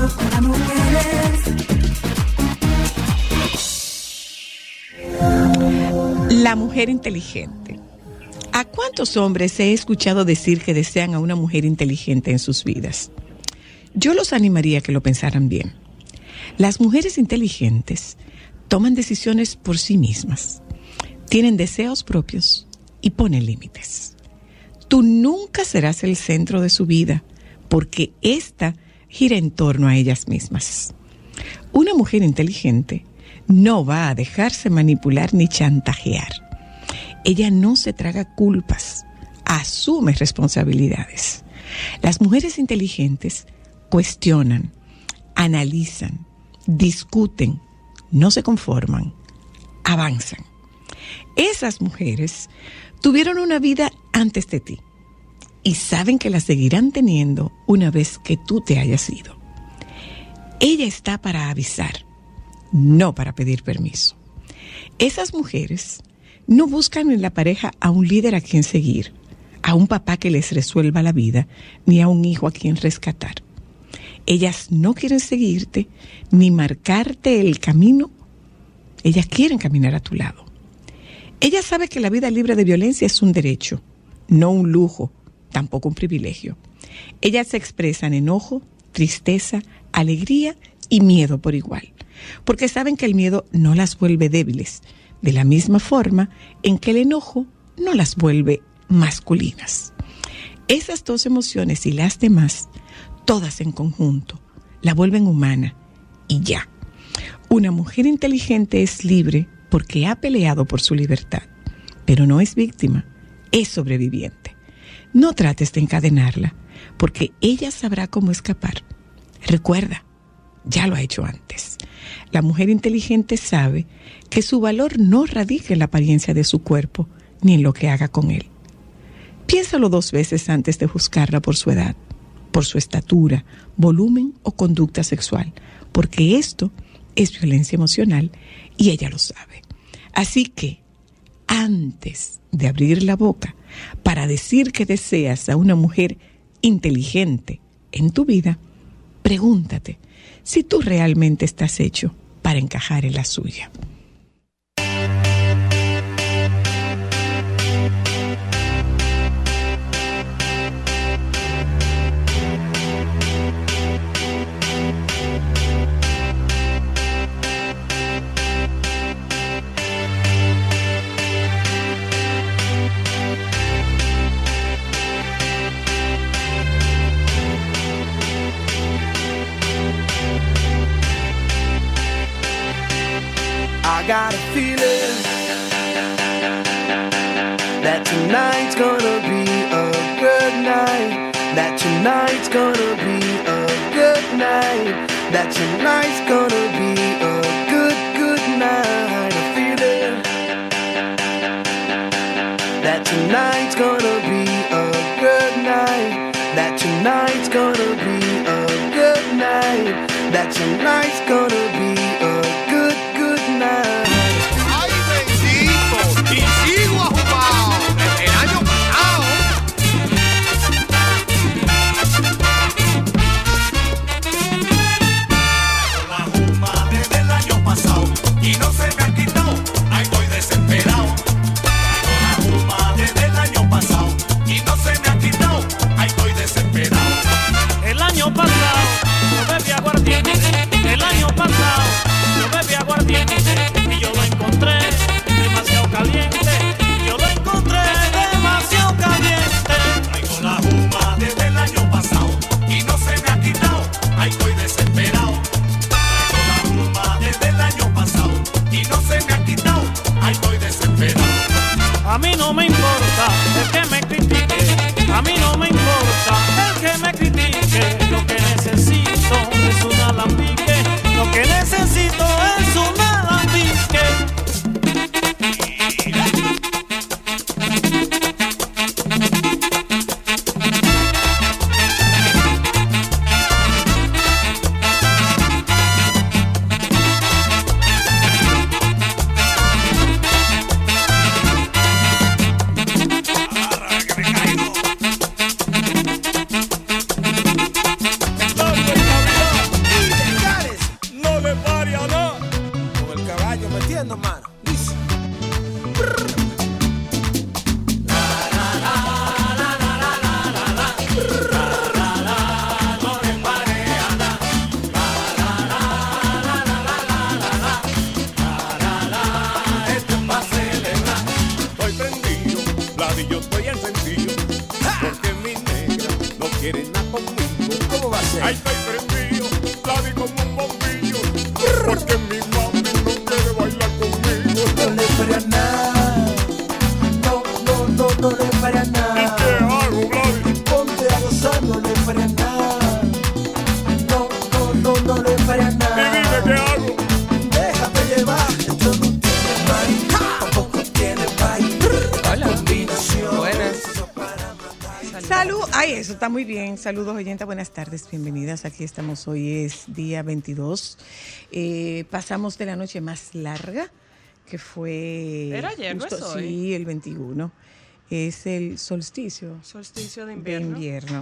para mujeres. La mujer inteligente. ¿A cuántos hombres he escuchado decir que desean a una mujer inteligente en sus vidas? Yo los animaría a que lo pensaran bien. Las mujeres inteligentes toman decisiones por sí mismas, tienen deseos propios y ponen límites. Tú nunca serás el centro de su vida porque ésta gira en torno a ellas mismas. Una mujer inteligente no va a dejarse manipular ni chantajear. Ella no se traga culpas, asume responsabilidades. Las mujeres inteligentes cuestionan, analizan, discuten, no se conforman, avanzan. Esas mujeres tuvieron una vida antes de ti y saben que la seguirán teniendo una vez que tú te hayas ido. Ella está para avisar, no para pedir permiso. Esas mujeres no buscan en la pareja a un líder a quien seguir, a un papá que les resuelva la vida, ni a un hijo a quien rescatar. Ellas no quieren seguirte ni marcarte el camino. Ellas quieren caminar a tu lado. Ella sabe que la vida libre de violencia es un derecho, no un lujo, tampoco un privilegio. Ellas expresan enojo, tristeza, alegría y miedo por igual, porque saben que el miedo no las vuelve débiles, de la misma forma en que el enojo no las vuelve masculinas. Esas dos emociones y las demás, todas en conjunto, la vuelven humana y ya. Una mujer inteligente es libre porque ha peleado por su libertad, pero no es víctima, es sobreviviente. No trates de encadenarla, porque ella sabrá cómo escapar. Recuerda, ya lo ha hecho antes. La mujer inteligente sabe que su valor no radica en la apariencia de su cuerpo, ni en lo que haga con él. Piénsalo 2 veces antes de juzgarla por su edad, por su estatura, volumen o conducta sexual, porque esto es violencia emocional y ella lo sabe. Así que, antes de abrir la boca para decir que deseas a una mujer inteligente en tu vida, pregúntate si tú realmente estás hecho para encajar en la suya. I got a feeling that tonight's gonna be a good night. That tonight's gonna be a good night. That tonight's gonna be a good night. A feeling that tonight's gonna be a good night. That tonight's gonna be a good night. That tonight's gonna be a good night. ¡Ay, bendito! ¡Y sigo ajustado! El año pasado. La juma desde el año pasado y no se me ha quitado. Ay, estoy desesperado. La juma desde el año pasado y no se me ha quitado. Ay, estoy desesperado. El año pasado yo bebí aguardiente. El año pasado yo bebí Eso está muy bien. Saludos, oyentes. Buenas tardes. Bienvenidas. Aquí estamos. Hoy es día 22. Pasamos de la noche más larga, que fue... Era ayer, ¿no es hoy? Sí, el 21. Es el solsticio. Solsticio de invierno.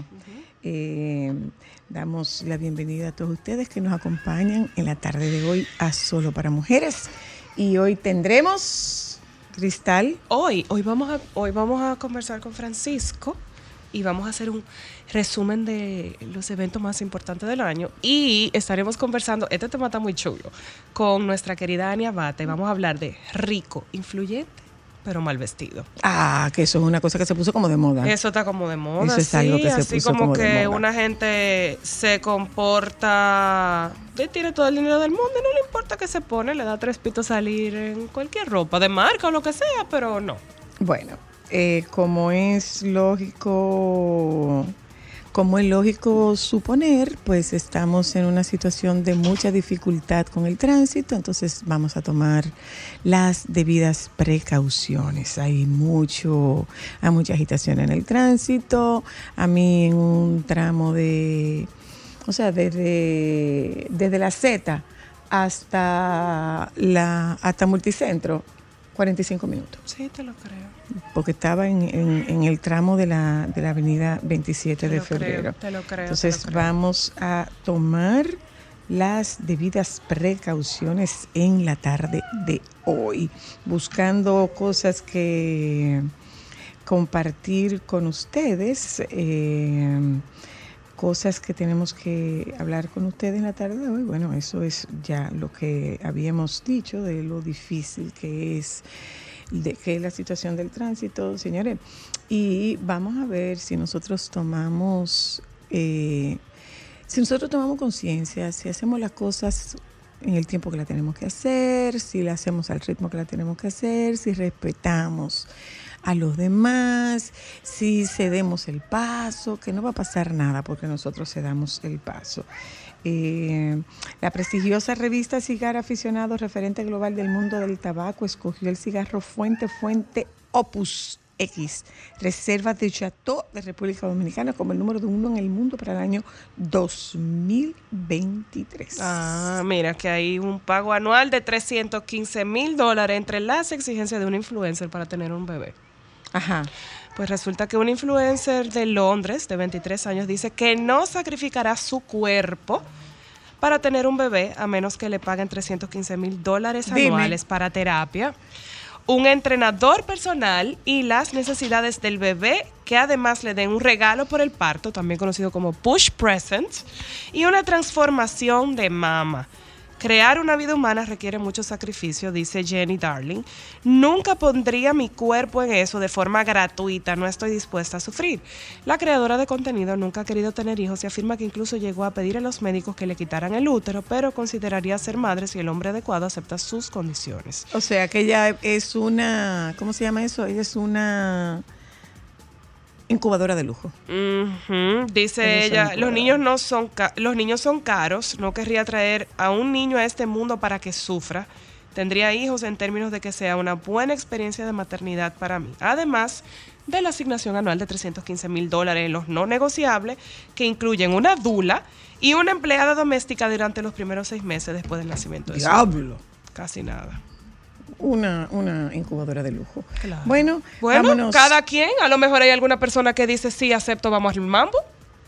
Damos la bienvenida a todos ustedes que nos acompañan en la tarde de hoy a Solo para Mujeres. Y hoy tendremos, Cristal. Hoy vamos a conversar con Francisco y vamos a hacer un resumen de los eventos más importantes del año. Y estaremos conversando, este tema está muy chulo, con nuestra querida Ania Bate. Vamos a hablar de rico, influyente, pero mal vestido. Ah, que eso es una cosa que se puso como de moda. Eso está como de moda, eso es sí, algo que se así puso como de que moda. una gente se comporta, tiene todo el dinero del mundo y no le importa qué se pone, le da 3 pitos salir en cualquier ropa, de marca o lo que sea, pero no. Bueno, como es lógico suponer, pues estamos en una situación de mucha dificultad con el tránsito, entonces vamos a tomar las debidas precauciones. Hay mucha agitación en el tránsito. A mí en un tramo desde la Z hasta Multicentro, 45 minutos. Sí, te lo creo. Porque estaba en el tramo de la avenida 27 de febrero. Te lo creo. Entonces vamos a tomar las debidas precauciones en la tarde de hoy, buscando cosas que compartir con ustedes, cosas que tenemos que hablar con ustedes en la tarde de hoy. Bueno, eso es ya lo que habíamos dicho de lo difícil que es la situación del tránsito, señores. Y vamos a ver si nosotros tomamos conciencia, si hacemos las cosas en el tiempo que la tenemos que hacer, si la hacemos al ritmo que la tenemos que hacer, si respetamos a los demás, si cedemos el paso, que no va a pasar nada porque nosotros cedamos el paso. La prestigiosa revista Cigar Aficionado, referente global del mundo del tabaco, escogió el cigarro Fuente Opus X, Reserva de Chateau de República Dominicana, como el número 1 en el mundo para el año 2023. Ah, mira, que hay un pago anual de $315,000 entre las exigencias de un influencer para tener un bebé. Ajá. Pues resulta que un influencer de Londres, de 23 años, dice que no sacrificará su cuerpo para tener un bebé a menos que le paguen $315,000 anuales para terapia, un entrenador personal y las necesidades del bebé, que además le den un regalo por el parto, también conocido como push present, y una transformación de mama. Crear una vida humana requiere mucho sacrificio, dice Jenny Darling. Nunca pondría mi cuerpo en eso de forma gratuita, no estoy dispuesta a sufrir. La creadora de contenido nunca ha querido tener hijos y afirma que incluso llegó a pedir a los médicos que le quitaran el útero, pero consideraría ser madre si el hombre adecuado acepta sus condiciones. O sea que ella es una, ¿cómo se llama eso? Ella es una incubadora de lujo. Dice ella, los niños son caros, no querría traer a un niño a este mundo para que sufra. Tendría hijos en términos de que sea una buena experiencia de maternidad para mí. Además de la asignación anual de $315,000 en los no negociables, que incluyen una dula y una empleada doméstica durante los primeros 6 meses después del nacimiento de su hijo. Casi nada. Una incubadora de lujo. Claro. Bueno, vámonos. Cada quien, a lo mejor hay alguna persona que dice sí, acepto, vamos al mambo.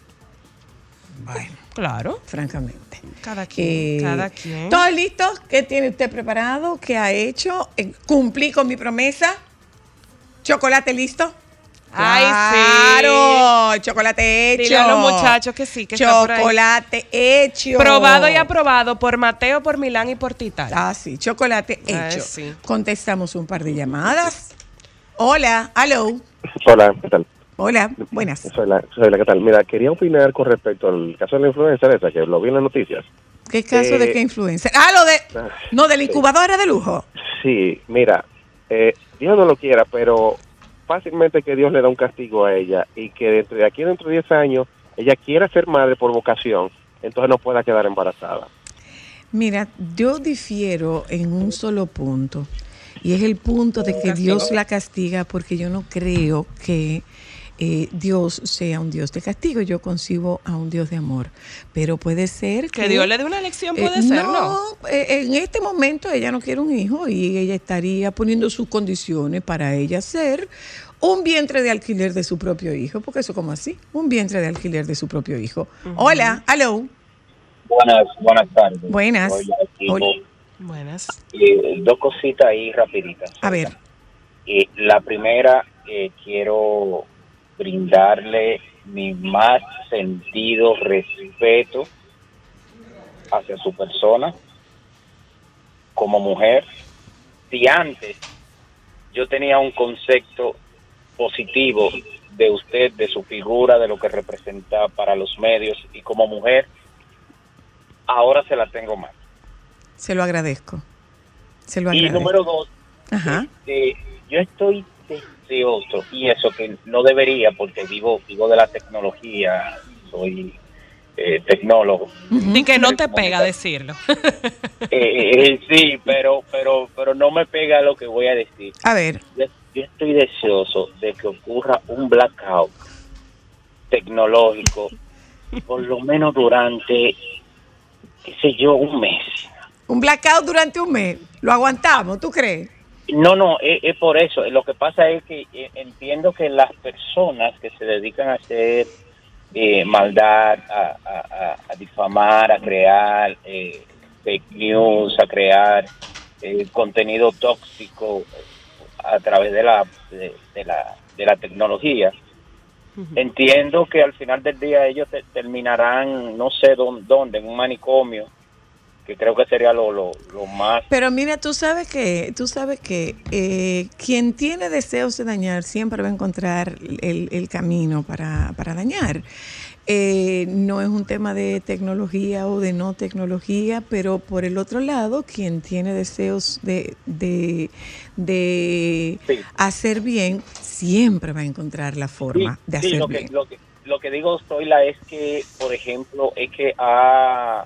Bueno, claro. Francamente. Cada quien. ¿Todo listo? ¿Qué tiene usted preparado? ¿Qué ha hecho? ¿Cumplí con mi promesa? ¿Chocolate listo? Ay, claro, sí. Chocolate hecho. Dile a los muchachos que sí, que chocolate hecho. Probado y aprobado por Mateo, por Milán y por Tita. Ah, sí, chocolate hecho. Sí. Contestamos un par de llamadas. Hola, hello. Hola, ¿qué tal? Hola, buenas. Soy la ¿qué tal? Mira, quería opinar con respecto al caso de la influencer esa, que lo vi en las noticias. ¿Qué caso de qué influencer? De la incubadora de lujo. Sí, mira, Dios no lo quiera, pero fácilmente que Dios le da un castigo a ella y que dentro de 10 años ella quiera ser madre por vocación, entonces no pueda quedar embarazada. Mira, yo difiero en un solo punto, y es el punto de que Dios la castiga, porque yo no creo que Dios sea un Dios de castigo. Yo concibo a un Dios de amor. Pero puede ser que Dios le dé una lección, puede ser, ¿no? En este momento ella no quiere un hijo y ella estaría poniendo sus condiciones para ella ser un vientre de alquiler de su propio hijo, porque eso como así, un vientre de alquiler de su propio hijo. Hola, hello. Buenas tardes. Buenas. Hola. Buenas. Dos cositas ahí rapiditas. A ver. La primera, quiero brindarle mi más sentido respeto hacia su persona como mujer. Si antes yo tenía un concepto positivo de usted, de su figura, de lo que representa para los medios y como mujer, ahora se la tengo más. Se lo agradezco. Y número dos, yo estoy deseoso, y eso que no debería porque vivo de la tecnología, soy tecnólogo. Y que no te pega decirlo. Sí, pero no me pega lo que voy a decir. A ver. Yo estoy deseoso de que ocurra un blackout tecnológico, por lo menos durante, qué sé yo, un mes. Un blackout durante un mes. ¿Lo aguantamos, tú crees? No, es por eso. Lo que pasa es que entiendo que las personas que se dedican a hacer maldad, a difamar, a crear fake news, a crear contenido tóxico a través de la tecnología, entiendo que al final del día ellos terminarán, no sé dónde, en un manicomio, que creo que sería lo más. Pero mira, tú sabes que quien tiene deseos de dañar siempre va a encontrar el camino para dañar. No es un tema de tecnología o de no tecnología, pero por el otro lado, quien tiene deseos de hacer bien, siempre va a encontrar la forma de hacer bien. Lo que digo, Zoila, es que, por ejemplo, es que ha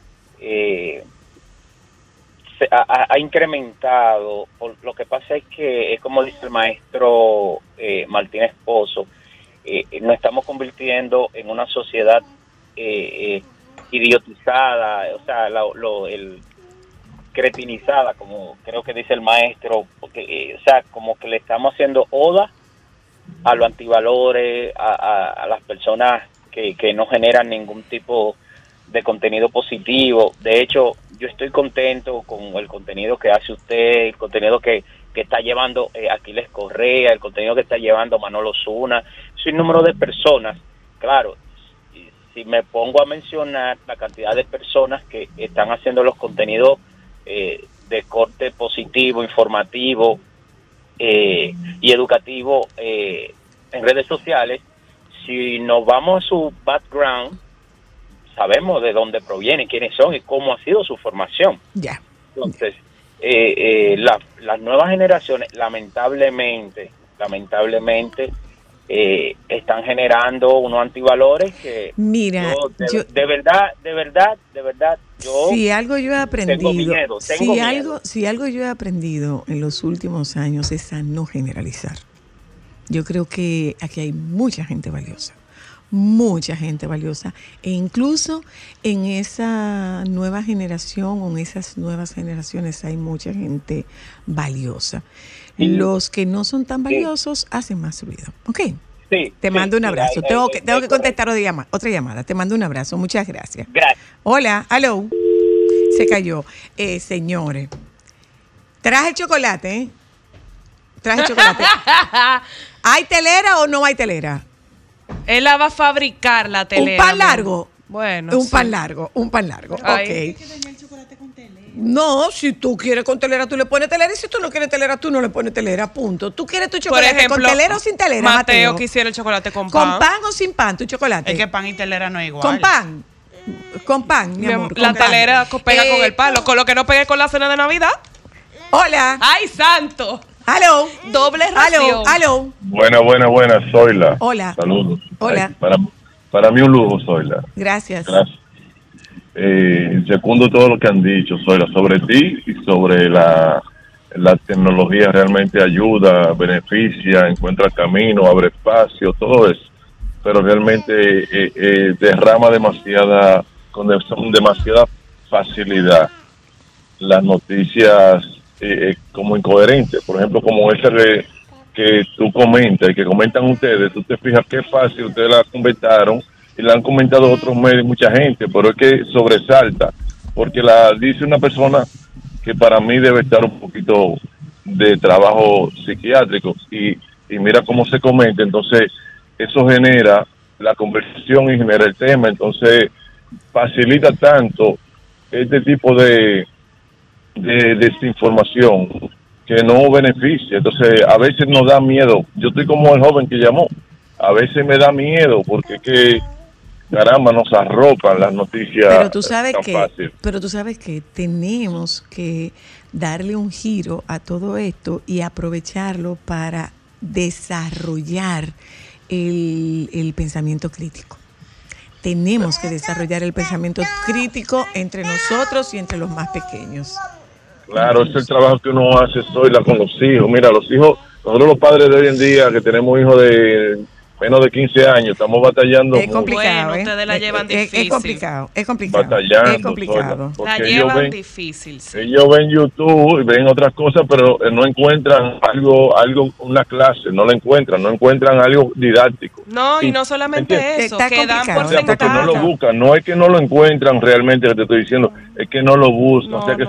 incrementado. Lo que pasa es que, es como dice el maestro Martínez Pozo, nos estamos convirtiendo en una sociedad idiotizada, o sea, cretinizada, como creo que dice el maestro, porque, o sea, como que le estamos haciendo oda a los antivalores, a las personas que no generan ningún tipo de contenido positivo. De hecho, yo estoy contento con el contenido que hace usted, el contenido que está llevando Aquiles Correa, el contenido que está llevando Manolo Zuna, sin número de personas. Claro, si me pongo a mencionar la cantidad de personas que están haciendo los contenidos de corte positivo, informativo y educativo en redes sociales, si nos vamos a su background, sabemos de dónde provienen, quiénes son y cómo ha sido su formación. Ya. Entonces, las nuevas generaciones, lamentablemente, están generando unos antivalores que, mira, de verdad, yo si algo yo he aprendido, tengo miedo. Si algo yo he aprendido en los últimos años es a no generalizar. Yo creo que aquí hay mucha gente valiosa e incluso en esa nueva generación o en esas nuevas generaciones hay mucha gente valiosa. Los que no son tan valiosos hacen más ruido. ¿Ok? Sí, te mando un abrazo. Tengo que contestar otra llamada. Te mando un abrazo. Muchas gracias. Gracias. Hola, hello. Se cayó. Señores, traje chocolate, ¿eh? Traje chocolate. ¿Hay telera o no hay telera? Él la va a fabricar, la telera. ¿Un pan largo? Bueno, un pan largo. Ay. Ok. No, si tú quieres con telera, tú le pones telera, y si tú no quieres telera, tú no le pones telera, punto. ¿Tú quieres tu chocolate Por ejemplo, con telera o sin telera, Mateo quisiera el chocolate con pan. ¿Con pan o sin pan, tu chocolate? Es que pan y telera no es igual. ¿Con pan? Con pan, mi amor. La telera pega con el palo, con lo que no pegue con la cena de Navidad. Hola. ¡Ay, santo! ¡Aló! Doble ración. ¡Aló! Buenas, Zoila. Hola. Saludos. Hola. Ay, para mí un lujo, Zoila. Gracias. Segundo todo lo que han dicho, Zoila, sobre ti y sobre la la tecnología realmente ayuda, beneficia, encuentra camino, abre espacio, todo eso, pero realmente derrama con demasiada facilidad las noticias como incoherentes. Por ejemplo, como esa que tú comentas y que comentan ustedes, tú te fijas qué fácil ustedes la comentaron y la han comentado otros medios, mucha gente, pero es que sobresalta, porque la dice una persona que para mí debe estar un poquito de trabajo psiquiátrico y mira cómo se comenta, entonces eso genera la conversación y genera el tema, entonces facilita tanto este tipo de desinformación que no beneficia. Entonces a veces nos da miedo. Yo estoy como el joven que llamó, a veces me da miedo porque es que caramba nos arropan las noticias. Pero tú sabes tan fácil. pero tú sabes que tenemos que darle un giro a todo esto y aprovecharlo para desarrollar el pensamiento crítico. Tenemos que desarrollar el pensamiento crítico entre nosotros y entre los más pequeños. Claro, es el trabajo que uno hace con los hijos. Mira, los hijos, nosotros los padres de hoy en día, que tenemos hijos de menos de 15 años, estamos batallando. Es complicado, bueno, ustedes la llevan difícil. Es complicado. Batallando. Es complicado. La llevan difícil. Sí. Ellos ven YouTube y ven otras cosas, pero no encuentran algo, una clase, no encuentran algo didáctico. No, y no solamente eso, Está que dan por complicado, O sea, porque no lo sentado. buscan, no es que no lo encuentran realmente, que te estoy diciendo, es que no lo buscan, No, o sea que no.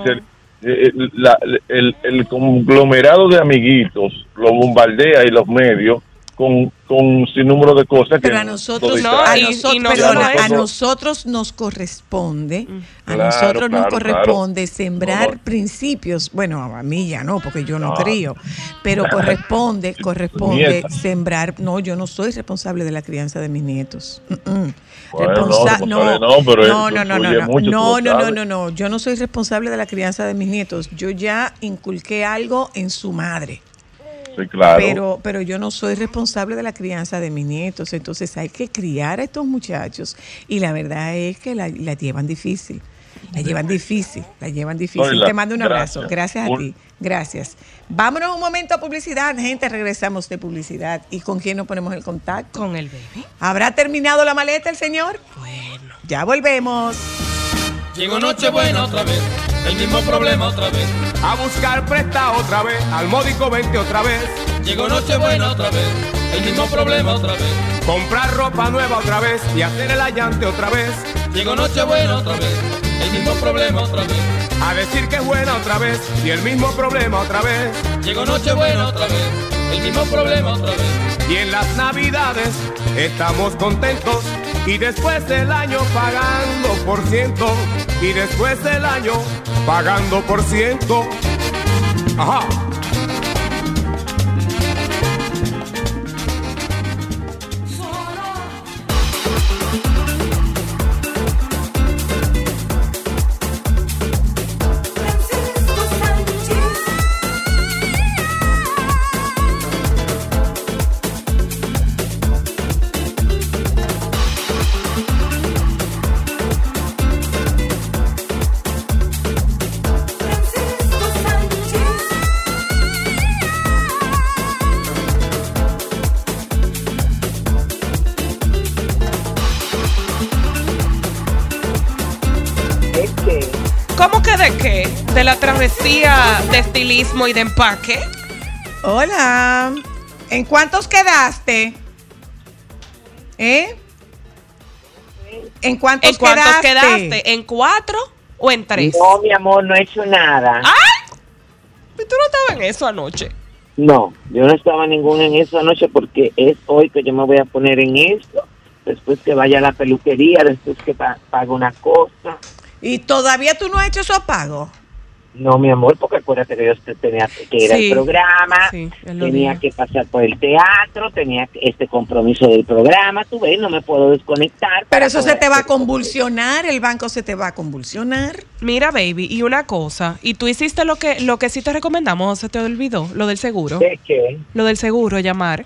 el conglomerado de amiguitos lo bombardea y los medios con un sinnúmero de cosas Pero que a nosotros, nos no, distraen. y no perdona, solo a eso. nosotros nos corresponde, Claro, claro. sembrar No. principios. Bueno, a mí ya no, porque yo no No. crío, pero corresponde Nieta. sembrar. No, yo no soy responsable de la crianza de mis nietos. Bueno, responsable no, pero eso influye mucho, tú lo sabes. No, yo no soy responsable de la crianza de mis nietos. Yo ya inculqué algo en su madre. Sí, claro. Pero yo no soy responsable de la crianza de mis nietos, entonces hay que criar a estos muchachos y la verdad es que la llevan difícil. La llevan difícil. Soyla, Te mando un abrazo. gracias. Gracias a ti. Gracias. Vámonos un momento a publicidad, gente. Regresamos de publicidad. ¿Y con quién nos ponemos el contacto? Con el baby. ¿Habrá terminado la maleta el señor? Bueno. Ya volvemos. Llegó Nochebuena otra vez, el mismo problema otra vez. A buscar presta otra vez, al módico 20 otra vez. Llegó Nochebuena otra vez, el mismo problema otra vez. Comprar ropa nueva otra vez y hacer el allante otra vez. Llegó Nochebuena otra vez, el mismo problema otra vez. A decir que es buena otra vez y el mismo problema otra vez. Llegó Nochebuena otra vez, el mismo problema otra vez. Y en las navidades estamos contentos y después del año pagando por ciento. Y después del año pagando por ciento. Ajá. ¿Cómo que de qué? ¿De la travesía de estilismo y de empaque? Hola. ¿En cuántos quedaste? ¿Eh? ¿En cuántos, ¿En cuántos quedaste? ¿En 4 o en 3? No, mi amor, no he hecho nada. ¡Ay! ¿Y tú no estabas en eso anoche? No, yo no estaba ningún en eso anoche porque es hoy que yo me voy a poner en eso. Después que vaya a la peluquería, después que pague una cosa. ¿Y todavía tú no has hecho esos pagos? No, mi amor, porque acuérdate que yo tenía que ir Sí, al programa, sí, él lo tenía dijo. que pasar por el teatro, tenía este compromiso del programa, tú ves, no me puedo desconectar. Pero eso se poder te va a hacer convulsionar, el banco se te va a convulsionar. Mira, baby, y una cosa. ¿Y tú hiciste lo que sí te recomendamos o se te olvidó? Lo del seguro. ¿De qué? Lo del seguro, llamar.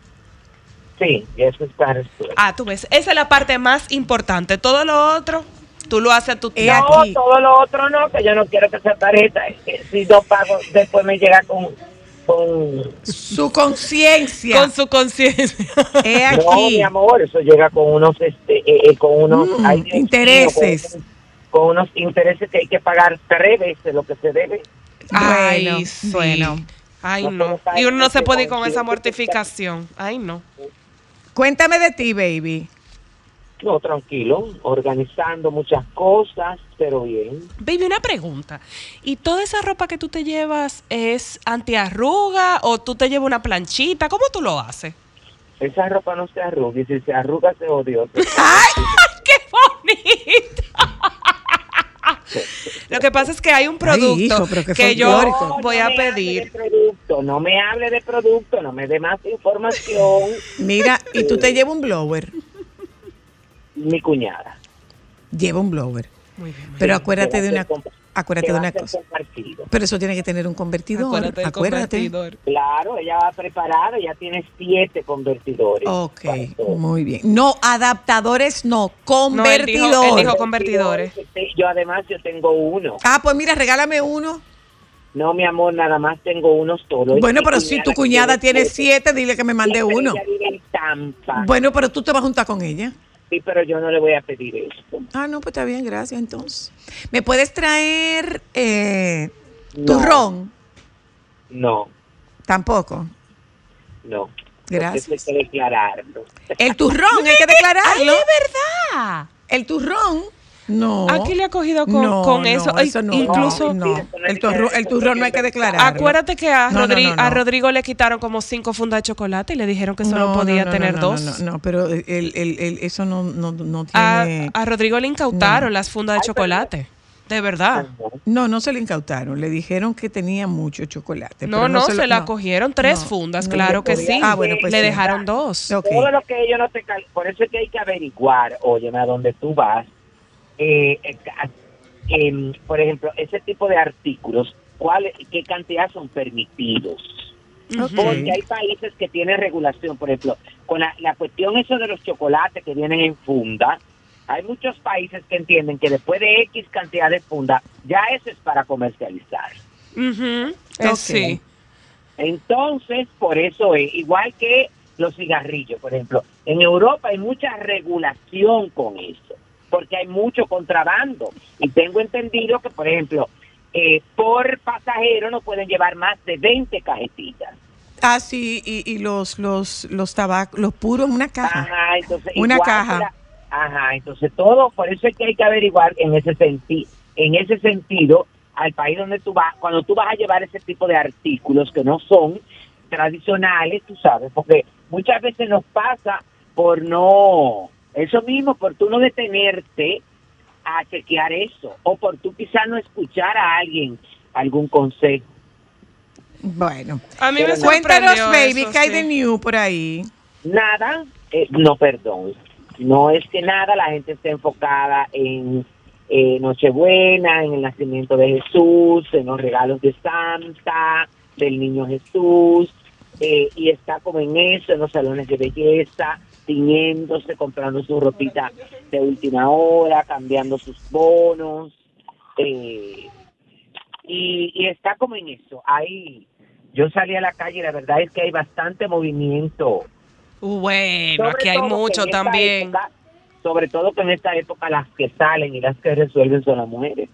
Sí, eso está resuelto. Ah, tú ves, esa es la parte más importante. Todo lo otro, Tú lo haces a tu No, tiempo. aquí. todo lo otro no, que yo no quiero que esa tarjeta, es que si yo pago, después me llega con Su conciencia. Con su conciencia. Es no, aquí. mi amor, eso llega con unos con unos ay, Dios mío, intereses. con unos intereses que hay que pagar 3 veces lo que se debe. Ay, Bueno, sí. bueno. Ay, No no. puedo caer Y uno no en se ese puede ir con conflicto. esa mortificación. Ay, no. Cuéntame de ti, baby. No, tranquilo, organizando muchas cosas, pero bien. Baby, una pregunta. ¿Y toda esa ropa que tú te llevas es antiarruga o tú te llevas una planchita? ¿Cómo tú lo haces? Esa ropa no se arruga, y si se arruga se odió. ¡Ay, qué bonito! Lo que pasa es que hay un producto hijo, pero qué que yo folclórico. voy No a me hable pedir. de producto, no me hable de producto, no me dé más información. Mira, y tú te llevas un blower. Mi cuñada. Lleva un blower. Muy bien. Pero acuérdate de una, Que acuérdate de va a una ser cosa. compartido. Pero eso tiene que tener un convertidor. Acuérdate del convertidor. Claro, ella va preparada, ya tiene 7 convertidores. Ok, Para todo. muy bien. No, adaptadores no, No, él convertidor. dijo convertidores. Yo además yo tengo uno. Ah, pues mira, regálame uno. No, mi amor, nada más tengo uno solo. Bueno, Mi pero si tu cuñada tiene 7, dile que me mande Sí, pero uno. ella vive en Tampa. Bueno, pero tú te vas a juntar con ella. Sí, pero yo no le voy a pedir esto. Ah, no, pues está bien, gracias entonces. ¿Me puedes traer No. turrón? No, Tampoco. no. Gracias. Porque eso hay que declararlo. El turrón, hay que declararlo. verdad! El turrón, no. Aquí le ha cogido No, con no, eso. Ay, no. incluso, No, el turrón no hay que declararlo. acuérdate que a, No, no, no, no. a Rodrigo le quitaron como 5 fundas de chocolate y le dijeron que solo podía tener no, 2. No, pero eso no A, tiene... a Rodrigo le incautaron las fundas de chocolate. De verdad. No se le incautaron. Le dijeron que tenía mucho chocolate. No, pero no, lo- se la no. cogieron 3 No, fundas, no, claro que sí. Ah, bueno, pues le sí. dejaron 2. Ok. Todo lo que ellos no te por eso es que hay que averiguar, óyeme, a dónde tú vas. Por ejemplo, ese tipo de artículos, ¿qué cantidad son permitidos? Ok. Porque hay países que tienen regulación, por ejemplo, con la cuestión eso de los chocolates que vienen en funda, hay muchos países que entienden que después de X cantidad de funda, ya eso es para comercializar. Ok. Sí. Entonces, por eso es igual que los cigarrillos, por ejemplo. En Europa hay mucha regulación con eso, porque hay mucho contrabando. Y tengo entendido que, por ejemplo, por pasajero no pueden llevar más de 20 cajetitas. Ah, sí, y los tabacos, los puros, una caja. Ajá, entonces Una igual caja. que ajá, entonces todo, por eso es que hay que averiguar en ese sentido, al país donde tú vas, cuando tú vas a llevar ese tipo de artículos que no son tradicionales, tú sabes, porque muchas veces nos pasa por eso mismo, por tú no detenerte a chequear eso, o por tú quizás no escuchar a alguien algún consejo. Bueno. A mí me Cuéntanos, sorprendió baby, eso, ¿qué hay sí. de new por ahí? Nada, no, perdón, no es que nada, la gente está enfocada en Nochebuena, en el nacimiento de Jesús, en los regalos de Santa, del niño Jesús, y está como en eso, en los salones de belleza, tiñéndose, comprando su ropita de última hora, cambiando sus bonos, y está como en eso. Ahí yo salí a la calle y la verdad es que hay bastante movimiento. Bueno, Sobre aquí hay todo que mucho en esta también. época, sobre todo que en esta época las que salen y las que resuelven son las mujeres.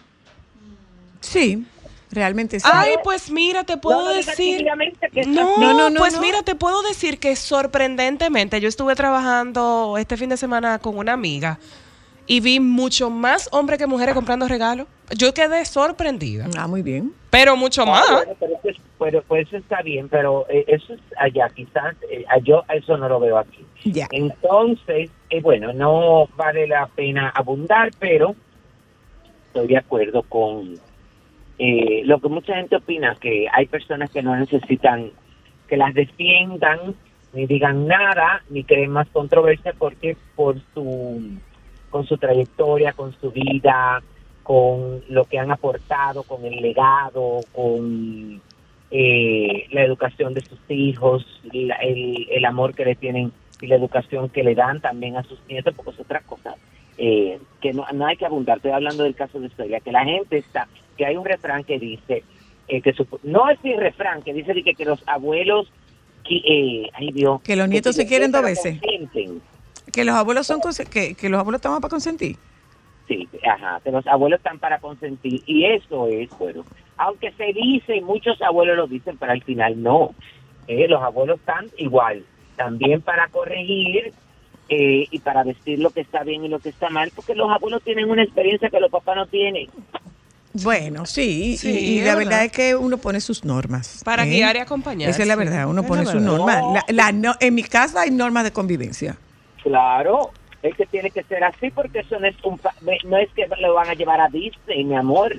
Sí, realmente sí. Ay, pues mira, te puedo No, diga decir. tímidamente que No, No, pues no. mira, te puedo decir que sorprendentemente yo estuve trabajando este fin de semana con una amiga y vi mucho más hombres que mujeres comprando regalos. Yo quedé sorprendida, Ah, muy bien. pero mucho más. Bueno, pero eso está bien, pero eso es allá, quizás yo eso no lo veo aquí. Ya. Entonces, bueno, no vale la pena abundar, pero estoy de acuerdo con lo que mucha gente opina, que hay personas que no necesitan que las defiendan, ni digan nada, ni creen más controversia, porque con su trayectoria, con su vida, con lo que han aportado, con el legado, con la educación de sus hijos, el amor que le tienen y la educación que le dan también a sus nietos, porque es otra cosa. que no hay que abundar. Estoy hablando del caso de Celia, que la gente está, que hay un refrán que dice, no es el refrán, que dice que los abuelos, ay Dios, que los nietos se quieren 2 veces. Consienten. Que los abuelos son que los abuelos están para consentir. Sí, ajá, que los abuelos están para consentir, y eso es, bueno, aunque se dice, y muchos abuelos lo dicen, pero al final no. Los abuelos están igual, también para corregir y para decir lo que está bien y lo que está mal, porque los abuelos tienen una experiencia que los papás no tienen. Bueno, sí, y la verdad es que uno pone sus normas. Para guiar y acompañar. Esa es la verdad, uno pone sus normas. En mi casa hay normas de convivencia. Claro, es que tiene que ser así, porque eso no es que lo van a llevar a Disney, mi amor.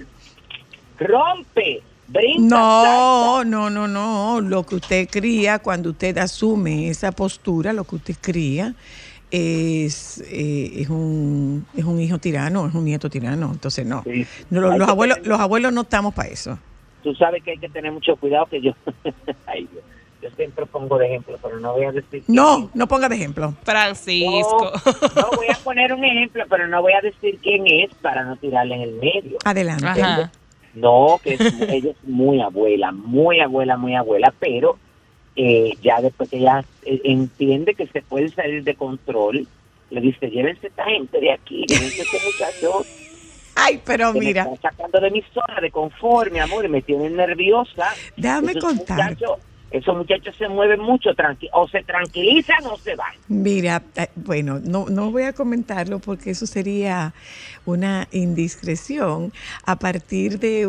Rompe, brinca. No. Lo que usted cría, cuando usted asume esa postura, lo que usted cría es un hijo tirano, es un nieto tirano. Entonces no, Sí. Los abuelos no estamos para eso. Tú sabes que hay que tener mucho cuidado, que yo ay, yo siempre pongo de ejemplo, pero no voy a decir No ponga de ejemplo. Francisco. No voy a poner un ejemplo, pero no voy a decir quién es para no tirarle en el medio. Adelante. Ajá. No, que ella es muy abuela, pero ya después que ella entiende que se puede salir de control, le dice, llévense esta gente de aquí, llévense este muchacho. Ay, pero que mira. me está sacando de mi zona de confort, mi amor, y me tienen nerviosa. Déjame contar. Esos muchachos se mueven mucho, o se tranquilizan o se van. Mira, bueno, no voy a comentarlo porque eso sería una indiscreción a partir de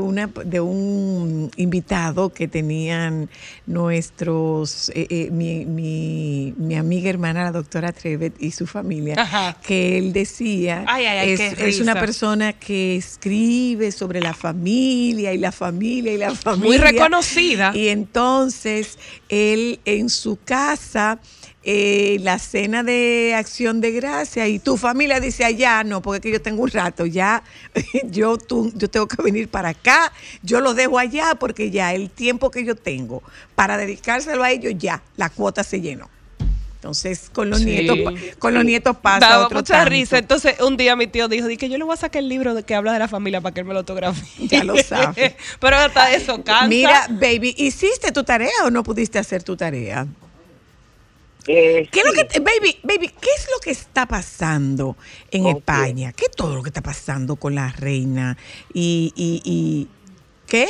un invitado que tenían nuestros mi amiga hermana la doctora Trevet y su familia. Ajá. Que él decía es una persona que escribe sobre la familia y la familia muy reconocida, y entonces él en su casa la cena de Acción de Gracia y tu familia dice allá, no, porque es que yo tengo un rato, ya yo tengo que venir para acá, yo lo dejo allá porque ya el tiempo que yo tengo para dedicárselo a ellos, ya la cuota se llenó. Entonces con los nietos pasa daba otro mucha tanto. risa. Entonces un día mi tío dijo que yo le voy a sacar el libro que habla de la familia para que él me lo autografie. Ya lo sabe. Pero hasta eso cansa. Mira, baby, ¿hiciste tu tarea o no pudiste hacer tu tarea? ¿Qué es lo que baby, qué es lo que está pasando en España? ¿Qué es todo lo que está pasando con la reina? Y ¿qué?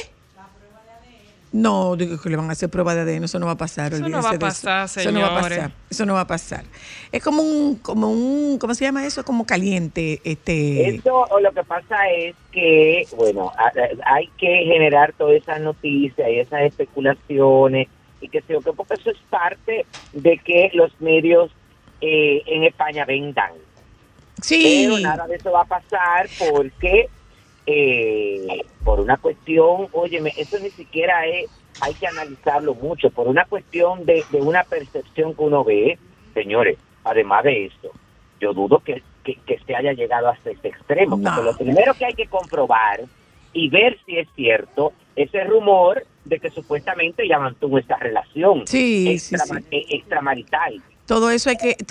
No, digo que le van a hacer prueba de ADN, eso no va a pasar. Eso no va a pasar, señores. Eso no va a pasar. Es como un, ¿cómo se llama eso? Como caliente. Eso, o lo que pasa es que, bueno, hay que generar todas esas noticias y esas especulaciones y que sé yo, porque eso es parte de que los medios en España vendan. Sí. Pero nada de eso va a pasar porque por una cuestión, óyeme, eso ni siquiera hay que analizarlo mucho, por una cuestión de una percepción que uno ve, señores, además de eso, yo dudo que se haya llegado hasta este extremo, porque lo primero que hay que comprobar y ver si es cierto ese rumor de que supuestamente ella mantuvo esta relación extramarital. Todo eso hay que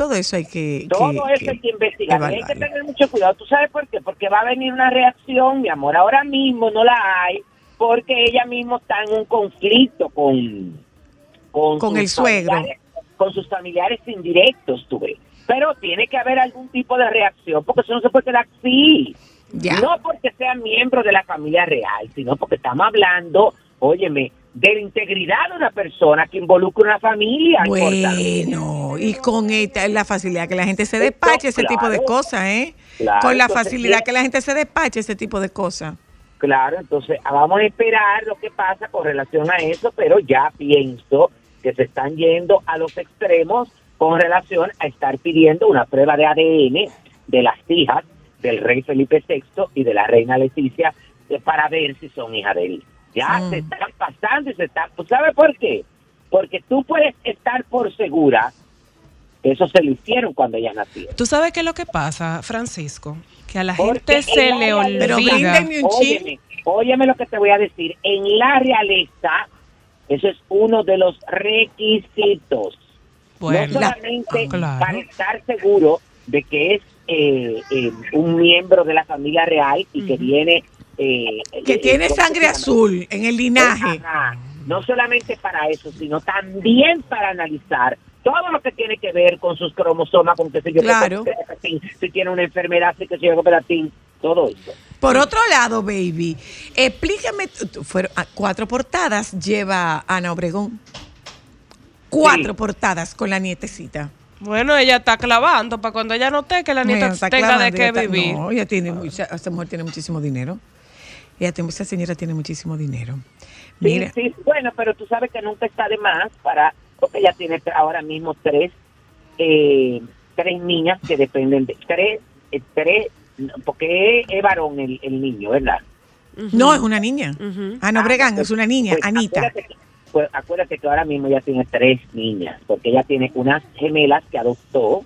investigar. Y hay que tener mucho cuidado. ¿Tú sabes por qué? Porque va a venir una reacción, mi amor. Ahora mismo no la hay, porque ella misma está en un conflicto con el suegro, con sus familiares indirectos, tú ves. Pero tiene que haber algún tipo de reacción, porque eso no se puede quedar así. Ya. No porque sea miembro de la familia real, sino porque estamos hablando, óyeme, de la integridad de una persona que involucra una familia. Bueno, y con la facilidad que la gente se despache ese tipo de cosas, con la facilidad que la gente se despache ese tipo de cosas. Claro, entonces vamos a esperar lo que pasa con relación a eso, pero ya pienso que se están yendo a los extremos con relación a estar pidiendo una prueba de ADN de las hijas del rey Felipe VI y de la reina Leticia para ver si son hijas de él. Ya se están pasando y se están... ¿Sabes por qué? Porque tú puedes estar por segura que eso se lo hicieron cuando ella nació. ¿Tú sabes qué es lo que pasa, Francisco? Que a la gente se le olvida. Óyeme lo que te voy a decir. En la realeza, eso es uno de los requisitos. Bueno, no solamente para estar seguro de que es un miembro de la familia real y que viene... que tiene sangre azul en el linaje. Ajá. No solamente para eso, sino también para analizar todo lo que tiene que ver con sus cromosomas, con qué sé yo, Claro. si tiene una enfermedad, si que se yo, todo eso. Por otro lado, baby, explícame, fueron 4 portadas lleva Ana Obregón. 4 portadas con la nietecita. Bueno, ella está clavando para cuando ella note que la nieta Ella está tenga de clavando, qué ella está- vivir. No, esa mujer tiene muchísimo dinero. Esa señora tiene muchísimo dinero. Mira, Sí, bueno, pero tú sabes que nunca está de más porque ella tiene ahora mismo 3 niñas que dependen de tres, porque es varón el niño, ¿verdad? no es una niña. Ana Obregón es una niña, Pues Anita. acuérdate que ahora mismo ella tiene 3 niñas, porque ella tiene unas gemelas que adoptó.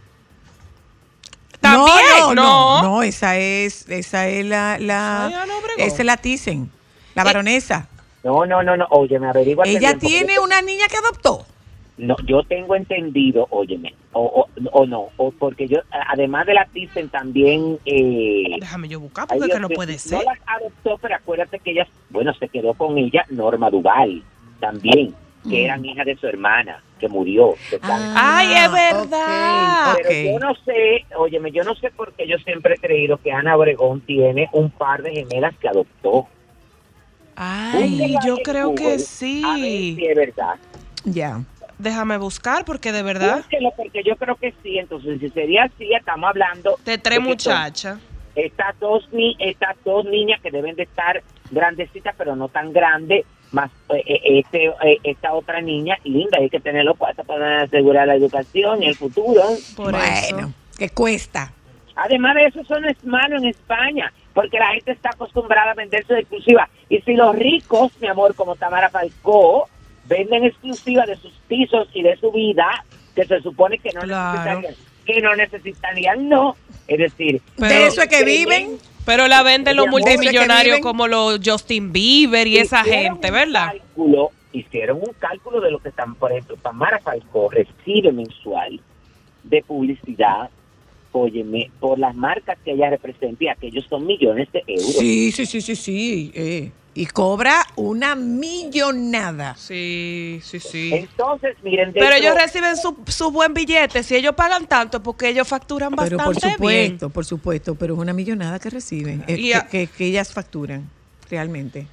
También, no, esa es la Ay, Ana Obregón. esa es la Thyssen, la baronesa. No, oye, me averigua. Ella tiene una niña que adoptó. No, yo tengo entendido, óyeme, o no, porque yo, además de la Thyssen también... Déjame yo buscar porque que no puede ser. No las adoptó, pero acuérdate que ella, se quedó con ella Norma Duval, también, que eran hijas de su hermana, que murió. Ay, es verdad. Pero yo no sé, óyeme, yo no sé por qué yo siempre he creído que Ana Obregón tiene un par de gemelas que adoptó. Ay, yo creo que A ver sí. si es verdad. Ya. Déjame buscar porque de verdad. Búsquelo, porque yo creo que sí. Entonces, si sería así, estamos hablando De 3 que muchachas. estas dos niñas que deben de estar grandecitas, pero no tan grandes, más esta otra niña linda. Hay que tenerlo para asegurar la educación y el futuro. Por eso. Bueno, que cuesta. Además de eso, eso no es malo en España, porque la gente está acostumbrada a vender su exclusiva. Y si los ricos, mi amor, como Tamara Falcó, venden exclusiva de sus pisos y de su vida, que se supone que no necesitarían, no. Es decir, De eso es que viven. Pero la venden los Mi amor, multimillonarios viven. como los Justin Bieber y esa gente, ¿verdad? Hicieron un cálculo de lo que están, por ejemplo, Tamara Falcó recibe mensual de publicidad, óyeme, por las marcas que ella representa, y aquellos son millones de euros. Sí. Y cobra una millonada. Sí. Entonces, miren, Pero ellos reciben su buen billete. Si ellos pagan tanto, porque ellos facturan Pero bastante bien. por supuesto, pero es una millonada que reciben, Y a- que ellas facturan, realmente.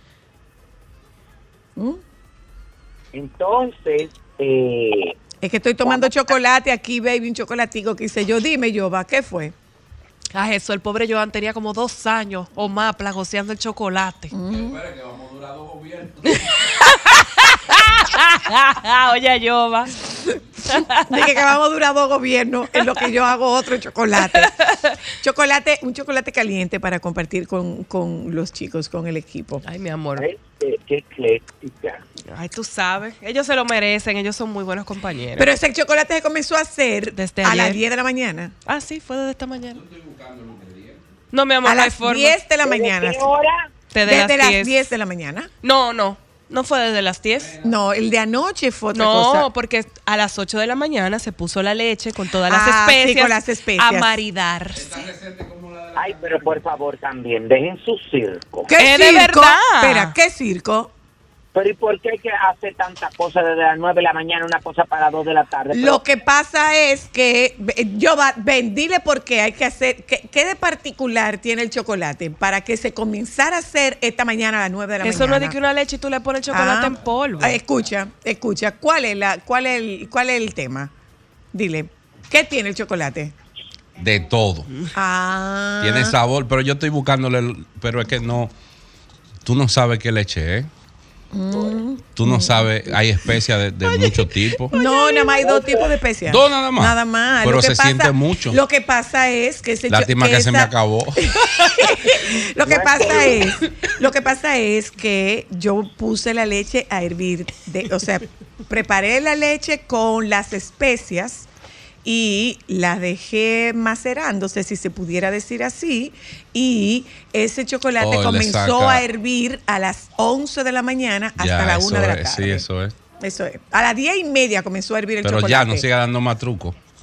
Entonces, Es que estoy tomando chocolate aquí, baby, un chocolatico que hice yo. Dime, Yoba, ¿qué fue? Ay, eso, el pobre Joan tenía como 2 años o más plagoseando el chocolate. Oye, Yoba. Dije que vamos a durar 2 gobiernos en lo que yo hago otro chocolate. Un chocolate caliente para compartir con los chicos, con el equipo. Ay, mi amor. qué ecléctica. Ay, tú sabes. Ellos se lo merecen. Ellos son muy buenos compañeros. Pero ese chocolate se comenzó a hacer Desde a ayer. las 10 de la mañana. Ah, sí, fue desde esta mañana. No, mi amor, A no hay las forma. 10 de la mañana. ¿Qué hora? Desde las 10. 10 de la mañana. No fue desde las 10. No, el de anoche fue otra No, cosa. porque a las 8 de la mañana se puso la leche con todas las Ah, sí, especias, con las especias. a maridarse. Ay, pero por favor también, dejen su circo. ¿Qué Es de circo? verdad. Espera, ¿qué circo? Pero ¿y por qué hay que hacer tanta cosa desde las 9 de la mañana, una cosa para las 2 de la tarde? Pero- Lo que pasa es que, dile por qué hay que hacer, ¿qué de particular tiene el chocolate para que se comenzara a hacer esta mañana a las 9 de la Eso no mañana? es de que una leche y tú le pones chocolate en polvo. Escucha, ¿cuál es el tema? Dile, ¿qué tiene el chocolate? De todo. Ah. Tiene sabor, pero yo estoy buscándole, pero es que no, tú no sabes qué leche es. Tú no sabes, hay especias de muchos tipos. No, nada más hay 2 tipos de especias. 2 nada más. Nada más. Pero Lo que se siente mucho. Lo que pasa es que Lástima que se me acabó. Lo que pasa es que yo puse la leche a hervir, preparé la leche con las especias y la dejé macerándose, si se pudiera decir así, y ese chocolate Le comenzó saca- a hervir a las 11 de la mañana hasta Ya, la eso 1 de la es, tarde. Sí, eso es. Eso es. A las 10:30 comenzó a hervir el Pero chocolate. ya no siga dando más trucos.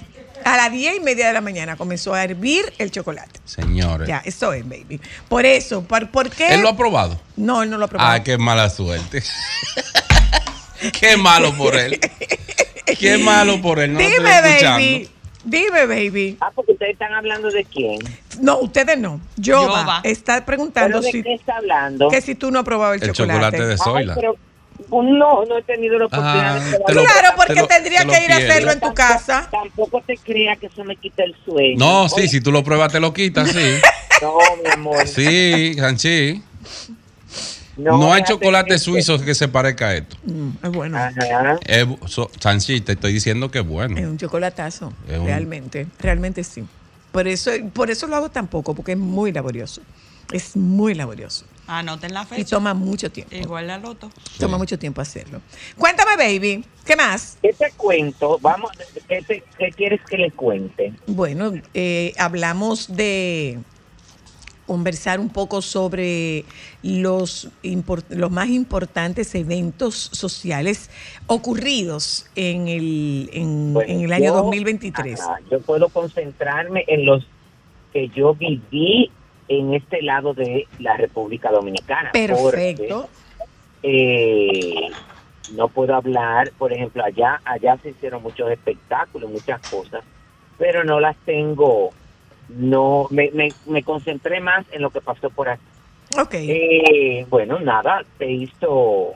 A las 10:30 de la mañana comenzó a hervir el chocolate. Señores. Ya, eso es, baby. Por eso, ¿por qué? ¿Él lo ha probado? No, él no lo ha probado. Ah, qué mala suerte. Qué malo por él. Qué malo por él. No Dime, lo estoy escuchando. baby. Dime, baby. Porque ustedes están hablando de quién. No, ustedes no. Yoba está preguntando ¿Pero de qué está hablando? que si tú no has probado el chocolate. De Zoila. Ay, pero no he tenido la oportunidad de probarlo. Claro, porque tendría que ir a hacerlo en tu casa. Tampoco te creas que eso me quita el sueño. No, sí, si tú lo pruebas te lo quitas, sí. No, mi amor. Sí, Janchi. No hay chocolate suizo que se parezca a esto. Es bueno. Sanchi, te estoy diciendo que es bueno. Es un chocolatazo, realmente sí. Por eso lo hago tan poco, porque es muy laborioso. Es muy laborioso. Anoten la fecha. Y toma mucho tiempo. Igual la loto. Toma mucho tiempo hacerlo. Cuéntame, baby, ¿qué más? ¿Qué te cuento? Vamos, ¿qué quieres que le cuente? Bueno, hablamos de conversar un poco sobre los más importantes eventos sociales ocurridos en el año 2023. Yo puedo concentrarme en los que yo viví en este lado de la República Dominicana. Perfecto. Porque, no puedo hablar, por ejemplo, allá se hicieron muchos espectáculos, muchas cosas, pero no las tengo. No, me concentré más en lo que pasó por aquí. Okay. Bueno, nada, se hizo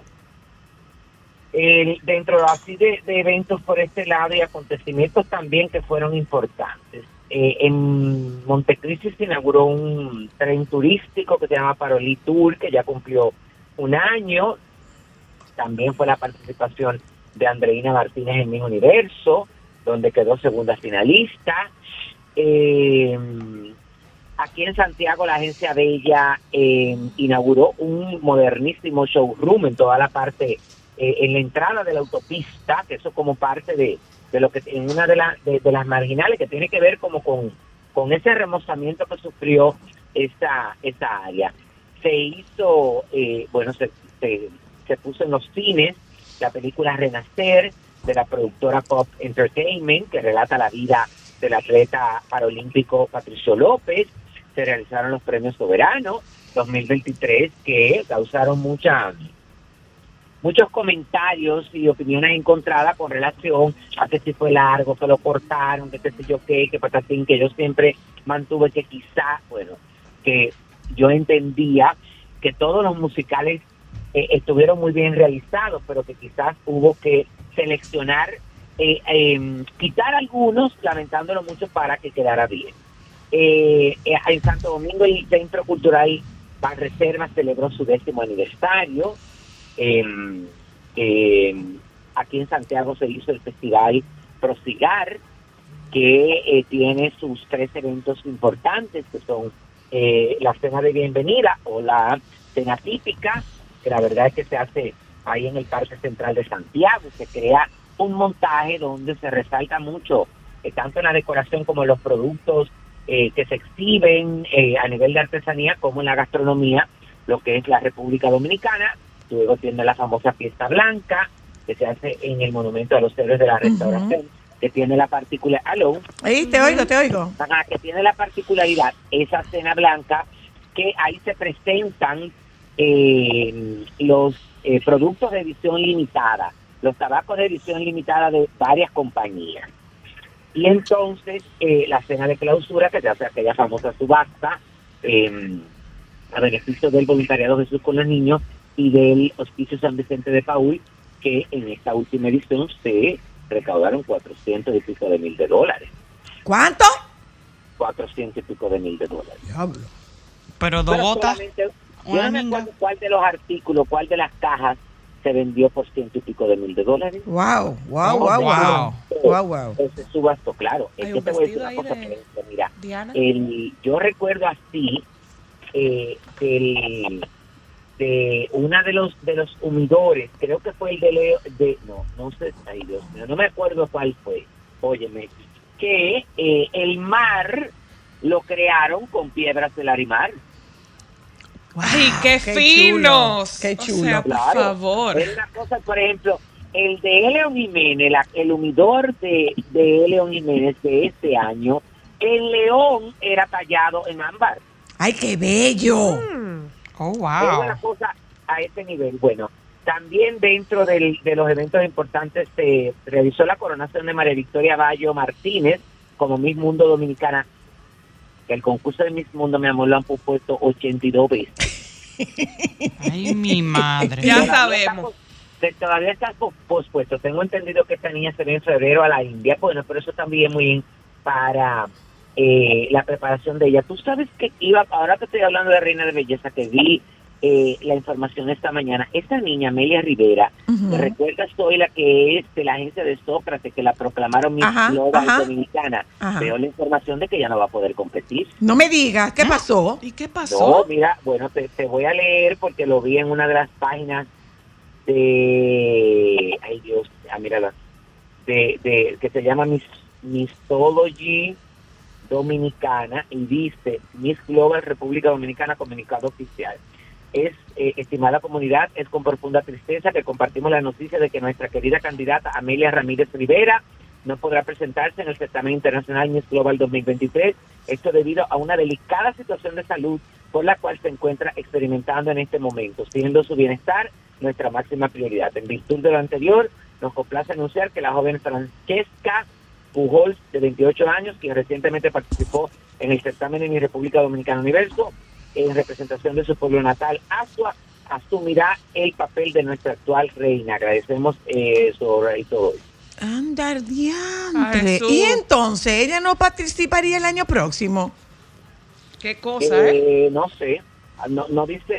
dentro así de eventos por este lado y acontecimientos también que fueron importantes. En Montecristi se inauguró un tren turístico que se llama Parolí Tour, que ya cumplió un año. También fue la participación de Andreina Martínez en Miss Universo, donde quedó segunda finalista. Aquí en Santiago la agencia Bella inauguró un modernísimo showroom en toda la parte, en la entrada de la autopista, que eso como parte de lo que en una de las marginales, que tiene que ver como con ese remozamiento que sufrió esa área. Se hizo, se puso en los cines la película Renacer de la productora Pop Entertainment, que relata la vida del atleta paralímpico Patricio López. Se realizaron los premios Soberano 2023, que causaron muchos comentarios y opiniones encontradas con relación a que si fue largo, que lo cortaron, que qué sé yo qué, que patatín, que yo siempre mantuve que quizá, que yo entendía que todos los musicales estuvieron muy bien realizados, pero que quizás hubo que seleccionar, quitar algunos, lamentándolo mucho, para que quedara bien. En Santo Domingo el Centro Cultural Banreservas celebró su 10º aniversario. Aquí en Santiago se hizo el festival Prosigar, que tiene sus 3 eventos importantes, que son la cena de bienvenida o la cena típica, que la verdad es que se hace ahí en el Parque Central de Santiago. Se crea un montaje donde se resalta mucho, tanto en la decoración como en los productos que se exhiben a nivel de artesanía, como en la gastronomía, lo que es la República Dominicana. Luego tiene la famosa Fiesta Blanca, que se hace en el Monumento a los Héroes de la Restauración, que tiene la particularidad... Ahí te oigo. Ajá, que tiene la particularidad, esa cena blanca, que ahí se presentan los productos de edición limitada, los tabacos de edición limitada de varias compañías. Y entonces la cena de clausura, que se hace aquella famosa subasta a beneficio del voluntariado Jesús con los Niños y del Hospicio San Vicente de Paúl, que en esta última edición se recaudaron $400 y pico de mil. ¿Cuánto? $400 y pico de mil. Diablo. Pero dos botas. Yo no me acuerdo cuál de los artículos, cuál de las cajas se vendió por $100 y pico de mil. Wow. Entonces subastó, claro. Es que te voy a decir una cosa, mira, yo recuerdo así de una de los humidores, creo que fue el de Leo, no sé, ay Dios mío, no me acuerdo cuál fue, óyeme, que el mar lo crearon con piedras del Larimar. ¡Ay, qué finos! ¡Qué chulo! O sea, por favor. Es una cosa, por ejemplo, el de León Jiménez, el humidor de León Jiménez de este año, el león era tallado en ámbar. ¡Ay, qué bello! Oh, Era wow. una cosa a ese nivel. Bueno, también dentro de los eventos importantes se realizó la coronación de María Victoria Bayo Martínez como Miss Mundo Dominicana. El concurso de Miss Mundo, mi amor, lo han puesto 82 veces. Ay, mi madre. Ya Todavía sabemos. Todavía está pospuesto. Tengo entendido que esta niña se ve en febrero a la India. Bueno, pero eso también muy bien para la preparación de ella. Tú sabes que ahora que estoy hablando de Reina de Belleza, que vi la información esta mañana, esta niña, Amelia Rivera, ¿te recuerdas? Soy la que es de la agencia de Sócrates, que la proclamaron Miss Global Dominicana. Veo la información de que ya no va a poder competir. No me digas, ¿qué pasó? ¿Y qué pasó? No, mira, bueno, te voy a leer porque lo vi en una de las páginas de, ay Dios, mírala, de que se llama Missology Dominicana, y dice: Miss Global República Dominicana, comunicado oficial. Estimada comunidad, es con profunda tristeza que compartimos la noticia de que nuestra querida candidata Amelia Ramírez Rivera no podrá presentarse en el certamen internacional Miss Global 2023, esto debido a una delicada situación de salud por la cual se encuentra experimentando en este momento, siendo su bienestar nuestra máxima prioridad. En virtud de lo anterior, nos complace anunciar que la joven Francesca Pujols, de 28 años, quien recientemente participó en el certamen en mi República Dominicana Universo, en representación de su pueblo natal, Asua, asumirá el papel de nuestra actual reina. Agradecemos su y todo eso. Andar Ay, diantre. Jesús. Y entonces, ¿ella no participaría el año próximo? Qué cosa, No sé, no dice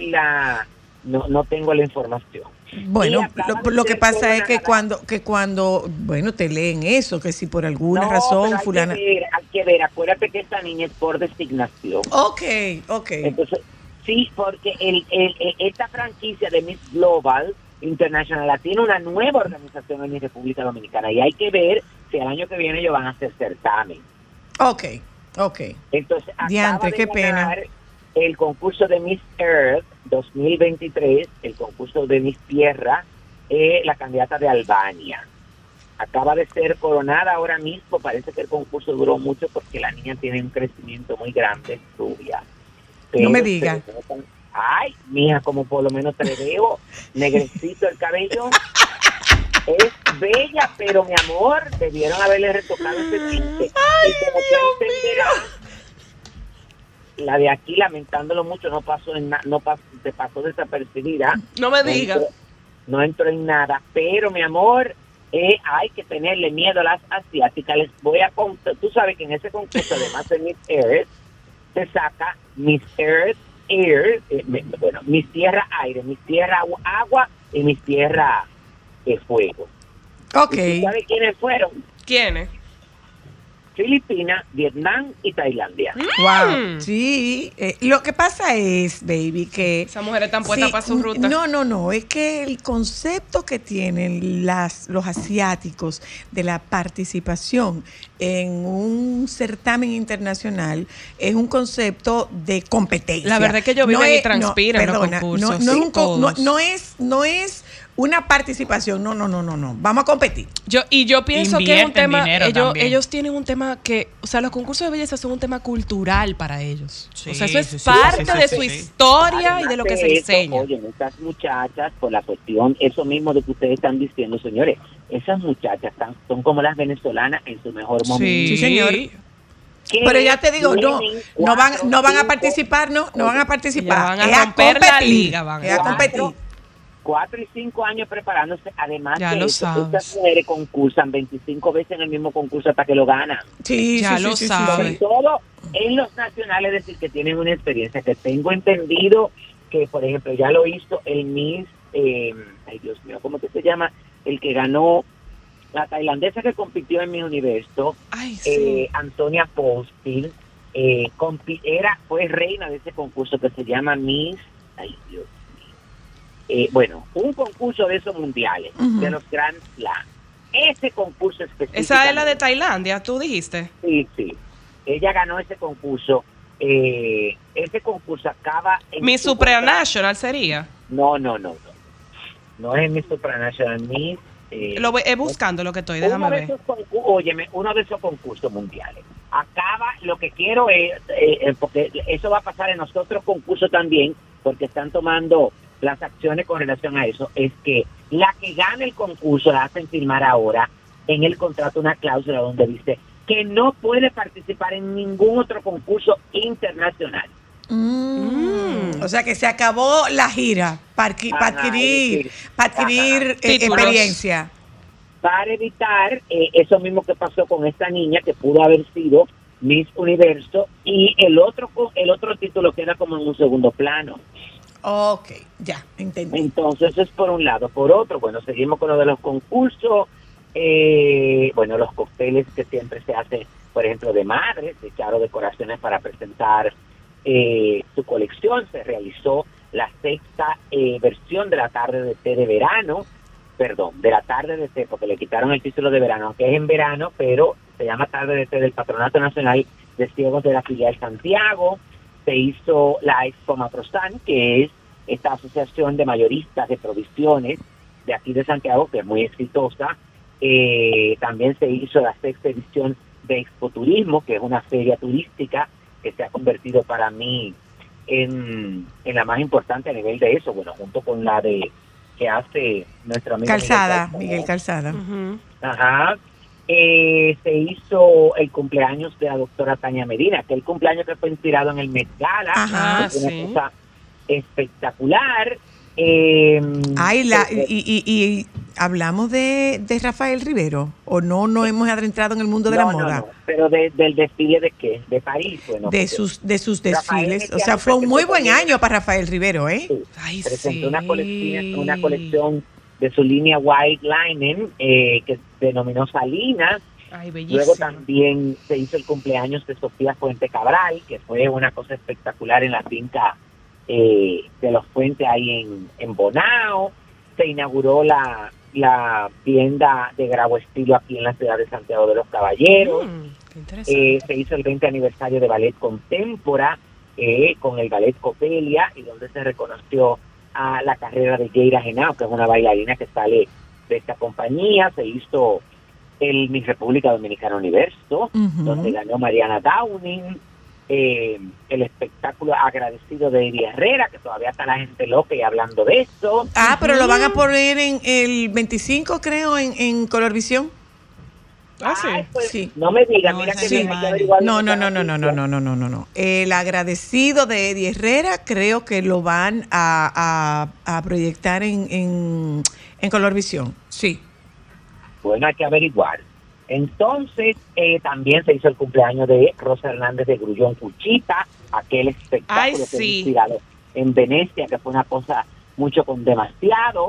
no tengo la información. Bueno, Y acaba de lo que ser pasa es que coronada- cuando, bueno, te leen eso, que si por alguna No, razón pero fulana... hay que ver, acuérdate que esta niña es por designación. Ok. Entonces, sí, porque esta franquicia de Miss Global International la tiene una nueva organización en mi República Dominicana, y hay que ver si el año que viene ellos van a hacer certamen. Ok. Entonces, Diantre, acaba de qué pena. ganar el concurso de Miss Earth 2023, el concurso de Miss Tierra, la candidata de Albania. Acaba de ser coronada ahora mismo. Parece que el concurso duró mucho porque la niña tiene un crecimiento muy grande, rubia. No me diga. Ay, mija, como por lo menos te veo, negrecito el cabello. Es bella, pero mi amor, debieron haberle retocado ese tinte. Y como tú entenderás, la de aquí, lamentándolo mucho, no pasó en se pasó desapercibida. No me digas. No entró en nada, pero mi amor, hay que tenerle miedo a las asiáticas. Les voy a contar, tú sabes que en ese concurso, además de Miss Earth, se saca Miss Earth, Miss Tierra Aire, Miss Tierra Agua y Miss Tierra Fuego. Ok. ¿Y tú sabes quiénes fueron? ¿Quiénes? Filipinas, Vietnam y Tailandia. Wow. Sí, lo que pasa es, baby, que... Esas mujeres están puestas para su ruta. No, es que el concepto que tienen los asiáticos de la participación en un certamen internacional es un concepto de competencia. La verdad es que ellos viven y transpiran los perdona, concursos. No, Sí, es un todos. no es una participación, no, vamos a competir. Yo pienso que es un Invierten tema, dinero también. ellos tienen un tema que, o sea, los concursos de belleza son un tema cultural para ellos. Sí, o sea, eso es sí, sí, parte sí, sí, de sí, su sí. historia Además y de lo que de se eso, enseña. Oye, esas muchachas, por la cuestión, eso mismo de que ustedes están diciendo, señores, esas muchachas son como las venezolanas en su mejor momento. Sí, señor. Que Pero ya te digo, no tienen van a 4, participar, no van a participar. Ellas van a Es romper la competir, liga, van a es a competir. 4 y 5 años preparándose. Además Ya de lo eso, sabes. estas mujeres concursan 25 veces en el mismo concurso hasta que lo ganan. Sí, Ya sí, lo sí, sí, sabe. Sobre sí. todo en los nacionales, es decir, que tienen una experiencia. Que tengo entendido que, por ejemplo, ya lo hizo el Miss, ay Dios mío, ¿cómo que se llama? El que ganó, la tailandesa que compitió en Miss Universo, Ay, sí. Antonia Polstil, fue reina de ese concurso que se llama Miss, ay Dios mío, bueno, un concurso de esos mundiales, de los Grand Slam. Ese concurso específico. Esa es la de Tailandia, tú dijiste. Sí. Ella ganó ese concurso. Ese concurso acaba en Miss su contrato. Supranational sería. No es Miss Supranational, Miss buscando lo que estoy, déjame ver. Óyeme, uno de esos concursos mundiales. Acaba, lo que quiero es, porque eso va a pasar en los otros concursos también, porque están tomando las acciones con relación a eso, es que la que gane el concurso la hacen firmar ahora en el contrato una cláusula donde dice que no puede participar en ningún otro concurso internacional. O sea que se acabó la gira para adquirir experiencia. Para evitar eso mismo que pasó con esta niña que pudo haber sido Miss Universo y el otro título queda como en un segundo plano. Ok, ya, entendí. Entonces eso es por un lado. Por otro, bueno, seguimos con lo de los concursos. Bueno, los cócteles que siempre se hacen, por ejemplo, de madres, de Charo Decoraciones para presentar su colección. Se realizó la 6ª versión de la tarde de té de verano, de la tarde de té, porque le quitaron el título de verano, aunque es en verano, pero se llama tarde de té del Patronato Nacional de Ciegos de la filial Santiago. Se hizo la Expo Maprosan, que es esta asociación de mayoristas de provisiones de aquí de Santiago, que es muy exitosa. También se hizo la 6ª edición de Expo Turismo, que es una feria turística que se ha convertido para mí en la más importante a nivel de eso, bueno, junto con la de que hace nuestro amigo Miguel Calzada. Ajá. Se hizo el cumpleaños de la doctora Tania Medina, aquel cumpleaños que fue inspirado en el Met Gala, una cosa espectacular. Y hablamos de Rafael Rivero, o no hemos adentrado en el mundo de la moda. No, pero del desfile de qué, de París, bueno, de sus desfiles, o sea, fue un muy buen año para Rafael Rivero, ¿eh? Sí. Presentó una colección de su línea White Linen que denominó Salinas. Luego también se hizo el cumpleaños de Sofía Fuente Cabral, que fue una cosa espectacular en la finca de los Fuentes ahí en Bonao. Se inauguró la tienda de Grabo Estilo aquí en la ciudad de Santiago de los Caballeros. Se hizo el 20 aniversario de Ballet Contempora con el Ballet Copelia, y donde se reconoció a la carrera de Yeira Genao, que es una bailarina que sale de esta compañía. Se hizo el Miss República Dominicana Universo, donde ganó Mariana Downing. El espectáculo agradecido de Eddie Herrera, que todavía está la gente loca y hablando de eso. Pero lo van a poner en el 25, creo, en Colorvisión. Pues, sí. No me digas, mira que bien, hay que averiguar. No. El agradecido de Eddie Herrera, creo que lo van a proyectar en Colorvisión. Sí. Bueno, hay que averiguar. Entonces, también se hizo el cumpleaños de Rosa Hernández de Grullón Cuchita, aquel espectáculo que fue inspirado en Venecia, que fue una cosa mucho con demasiado.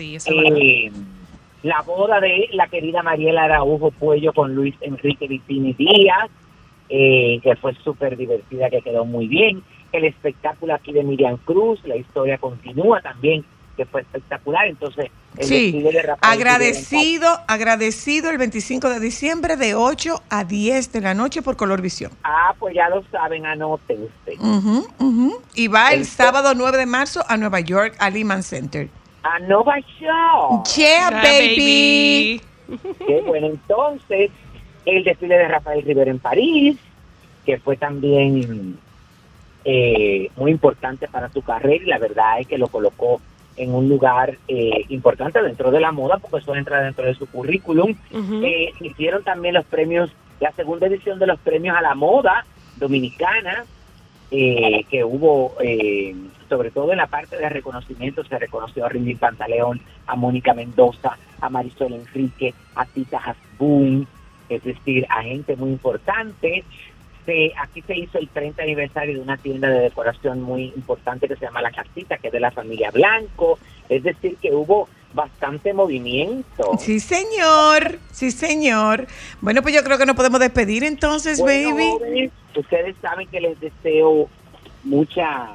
La boda de la querida Mariela Araujo Puello con Luis Enrique Vitini Díaz, que fue súper divertida, que quedó muy bien. El espectáculo aquí de Miriam Cruz, La Historia Continúa también, que fue espectacular. Entonces, el desfile de Rafael agradecido el 25 de diciembre de 8 a 10 de la noche por Colorvisión. Pues ya lo saben, anótense. Y va el sábado 9 de marzo a Nueva York, a Lehman Center. A Nueva York. Yeah, baby. Qué bueno. Entonces, el desfile de Rafael Rivero en París, que fue también muy importante para su carrera, y la verdad es que lo colocó en un lugar importante dentro de la moda, porque eso entra dentro de su currículum. Hicieron también los premios, la segunda edición de los premios a la moda dominicana, que hubo, sobre todo en la parte de reconocimiento, se reconoció a Rindy Pantaleón, a Mónica Mendoza, a Marisol Enrique, a Tita Hasbun, es decir, a gente muy importante. Aquí se hizo el 30 aniversario de una tienda de decoración muy importante que se llama La Casita, que es de la familia Blanco. Es decir, que hubo bastante movimiento. Sí, señor. Bueno, pues yo creo que nos podemos despedir entonces, baby. Jóvenes, ustedes saben que les deseo mucha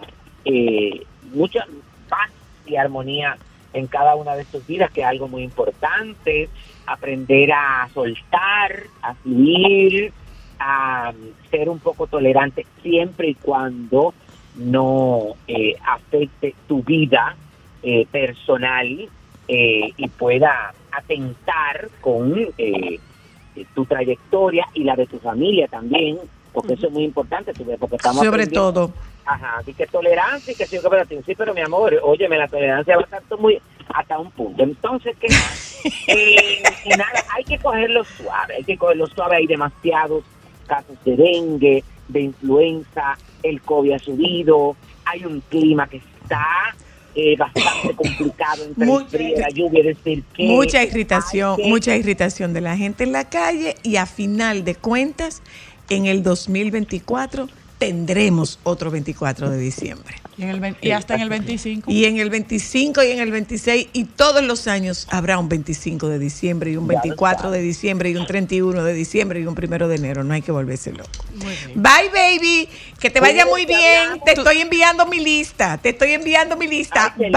paz y armonía en cada una de sus vidas, que es algo muy importante. Aprender a soltar, a fluir, a ser un poco tolerante siempre y cuando no afecte tu vida personal y pueda atentar con tu trayectoria y la de tu familia también, porque eso es muy importante, porque estamos sobre aprendiendo. todo. Ajá, así que tolerancia y que sí, sí, pero mi amor, óyeme, la tolerancia va a estar hasta un punto. Entonces, ¿qué más? Nada, hay que cogerlo suave, hay demasiados casos de dengue, de influenza, el COVID ha subido, hay un clima que está bastante complicado entre el frío y la lluvia, es decir, que mucha irritación de la gente en la calle, y a final de cuentas, en el 2024 tendremos otro 24 de diciembre. Y hasta en el 25. Y en el 25 y en el 26, y todos los años habrá un 25 de diciembre y un 24 de diciembre y un 31 de diciembre y un 1 de enero. No hay que volverse loco. Bye, baby. Que te vaya muy bien. Te estoy enviando mi lista. Bye.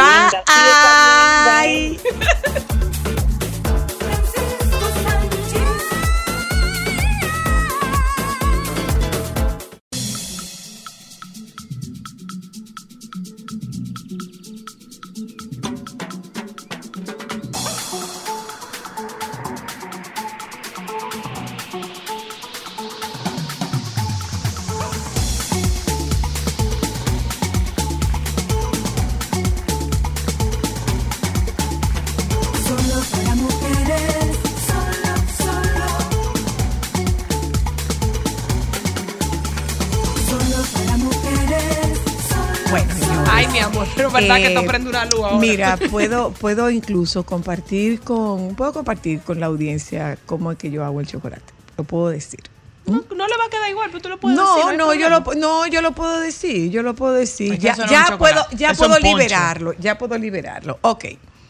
Pero verdad que esto prende una luz ahora. Mira, puedo incluso compartir con la audiencia cómo es que yo hago el chocolate. Lo puedo decir. No le va a quedar igual, pero tú lo puedes decir. Yo lo puedo decir. Es que Ya puedo liberarlo. Ok.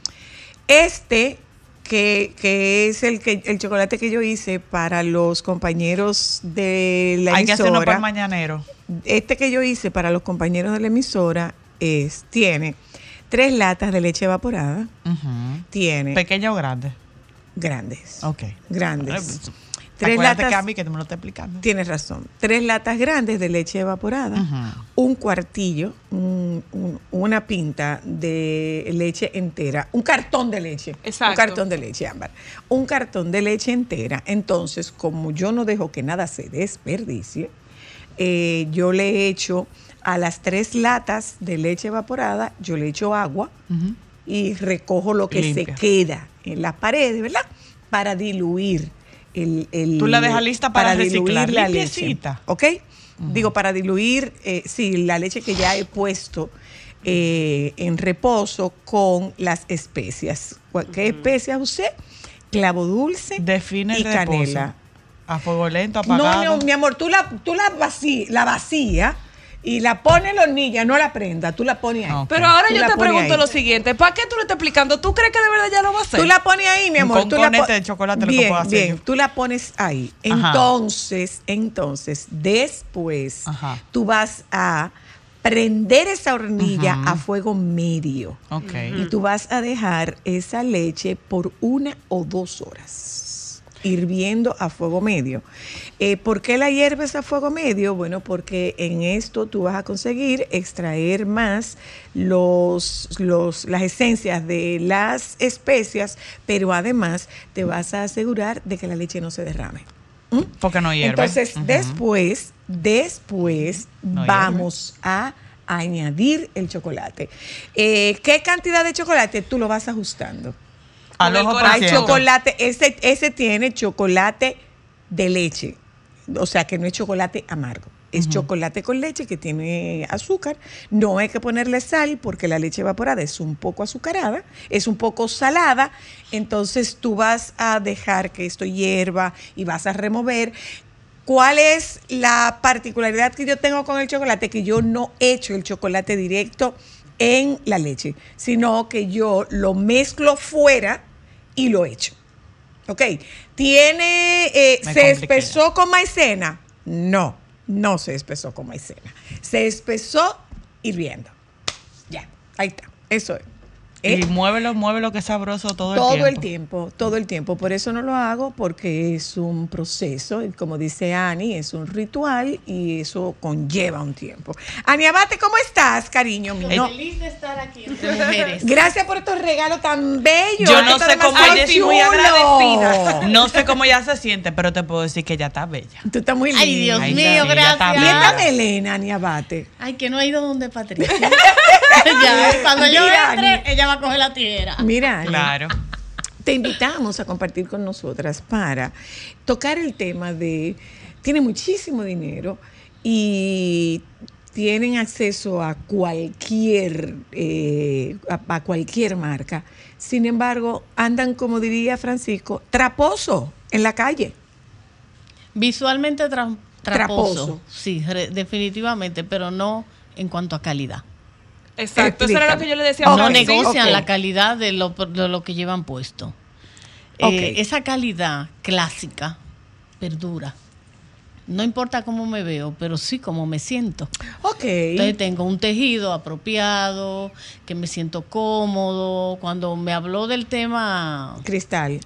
Que es el chocolate que yo hice para los compañeros de la emisora. Hay que hacerlo por mañanero. Que yo hice para los compañeros de la emisora tiene 3 latas de leche evaporada. Tiene ¿pequeña o grande? Grandes. Ok. Grandes. 3 latas que a mí que tú me lo estás explicando. Tienes razón. 3 latas grandes de leche evaporada, un cuartillo, una pinta de leche entera, un cartón de leche. Exacto. Un cartón de leche, Ámbar. Un cartón de leche entera. Entonces, como yo no dejo que nada se desperdicie, yo le he hecho a las 3 latas de leche evaporada, yo le echo agua y recojo lo que se queda en las paredes, ¿verdad? Para diluir tú la dejas lista para reciclar, la limpiecita. leche, ¿ok? Digo, para diluir, la leche que ya he puesto en reposo con las especias. ¿Qué especias usé? Clavo dulce y canela. A fuego lento, apagado. No, mi amor, tú la vacías y la pones en la hornilla, no la prenda, tú la pones ahí. Okay. Pero ahora yo te pregunto lo siguiente, ¿para qué tú le estás explicando? ¿Tú crees que de verdad ya lo va a hacer? Tú la pones ahí, mi amor. Con este de chocolate lo que puedo hacer. Bien, tú la pones ahí. Entonces, después, tú vas a prender esa hornilla a fuego medio. Okay. Y tú vas a dejar esa leche por 1 o 2 horas hirviendo a fuego medio. ¿Por qué la hierves a fuego medio? Bueno, porque en esto tú vas a conseguir extraer más las esencias de las especias, pero además te vas a asegurar de que la leche no se derrame. Porque no hierve. Entonces, después vamos a añadir el chocolate. ¿Qué cantidad de chocolate? Tú lo vas ajustando. Hay chocolate, ese tiene chocolate de leche, o sea que no es chocolate amargo, es chocolate con leche que tiene azúcar. No hay que ponerle sal porque la leche evaporada es un poco azucarada, es un poco salada, entonces tú vas a dejar que esto hierva y vas a remover. ¿Cuál es la particularidad que yo tengo con el chocolate? Que yo no echo el chocolate directo en la leche, sino que yo lo mezclo fuera y lo echo. ¿Ok? ¿Se espesó con maicena? No se espesó con maicena. Se espesó hirviendo. Ya, ahí está. Eso es. Y muévelo que es sabroso todo el tiempo. Todo el tiempo. Por eso no lo hago, porque es un proceso, y como dice Ani, es un ritual y eso conlleva un tiempo. Ani Abate, ¿cómo estás, cariño mío? Feliz de estar aquí entre mujeres. Gracias por estos regalos tan bellos. Yo no sé cómo ella estoy muy agradecida. No sé cómo ella se siente, pero te puedo decir que ella está bella. Tú estás muy linda. Ay, Dios mío, gracias. ¿Y esta melena, Ani Abate? Ay, que no ha ido donde Patricia. Cuando yo entre, ella va a coger la tijera. Mira, claro. Te invitamos a compartir con nosotras para tocar el tema de, tiene muchísimo dinero y tienen acceso a cualquier marca. Sin embargo, andan, como diría Francisco, traposo en la calle. Visualmente traposo. Sí, definitivamente, pero no en cuanto a calidad. Exacto, eso era lo que yo le decía. No negocian la calidad de lo que llevan puesto. Esa calidad clásica perdura. No importa cómo me veo, pero sí cómo me siento. Entonces tengo un tejido apropiado, que me siento cómodo. Cuando me habló del tema cristal,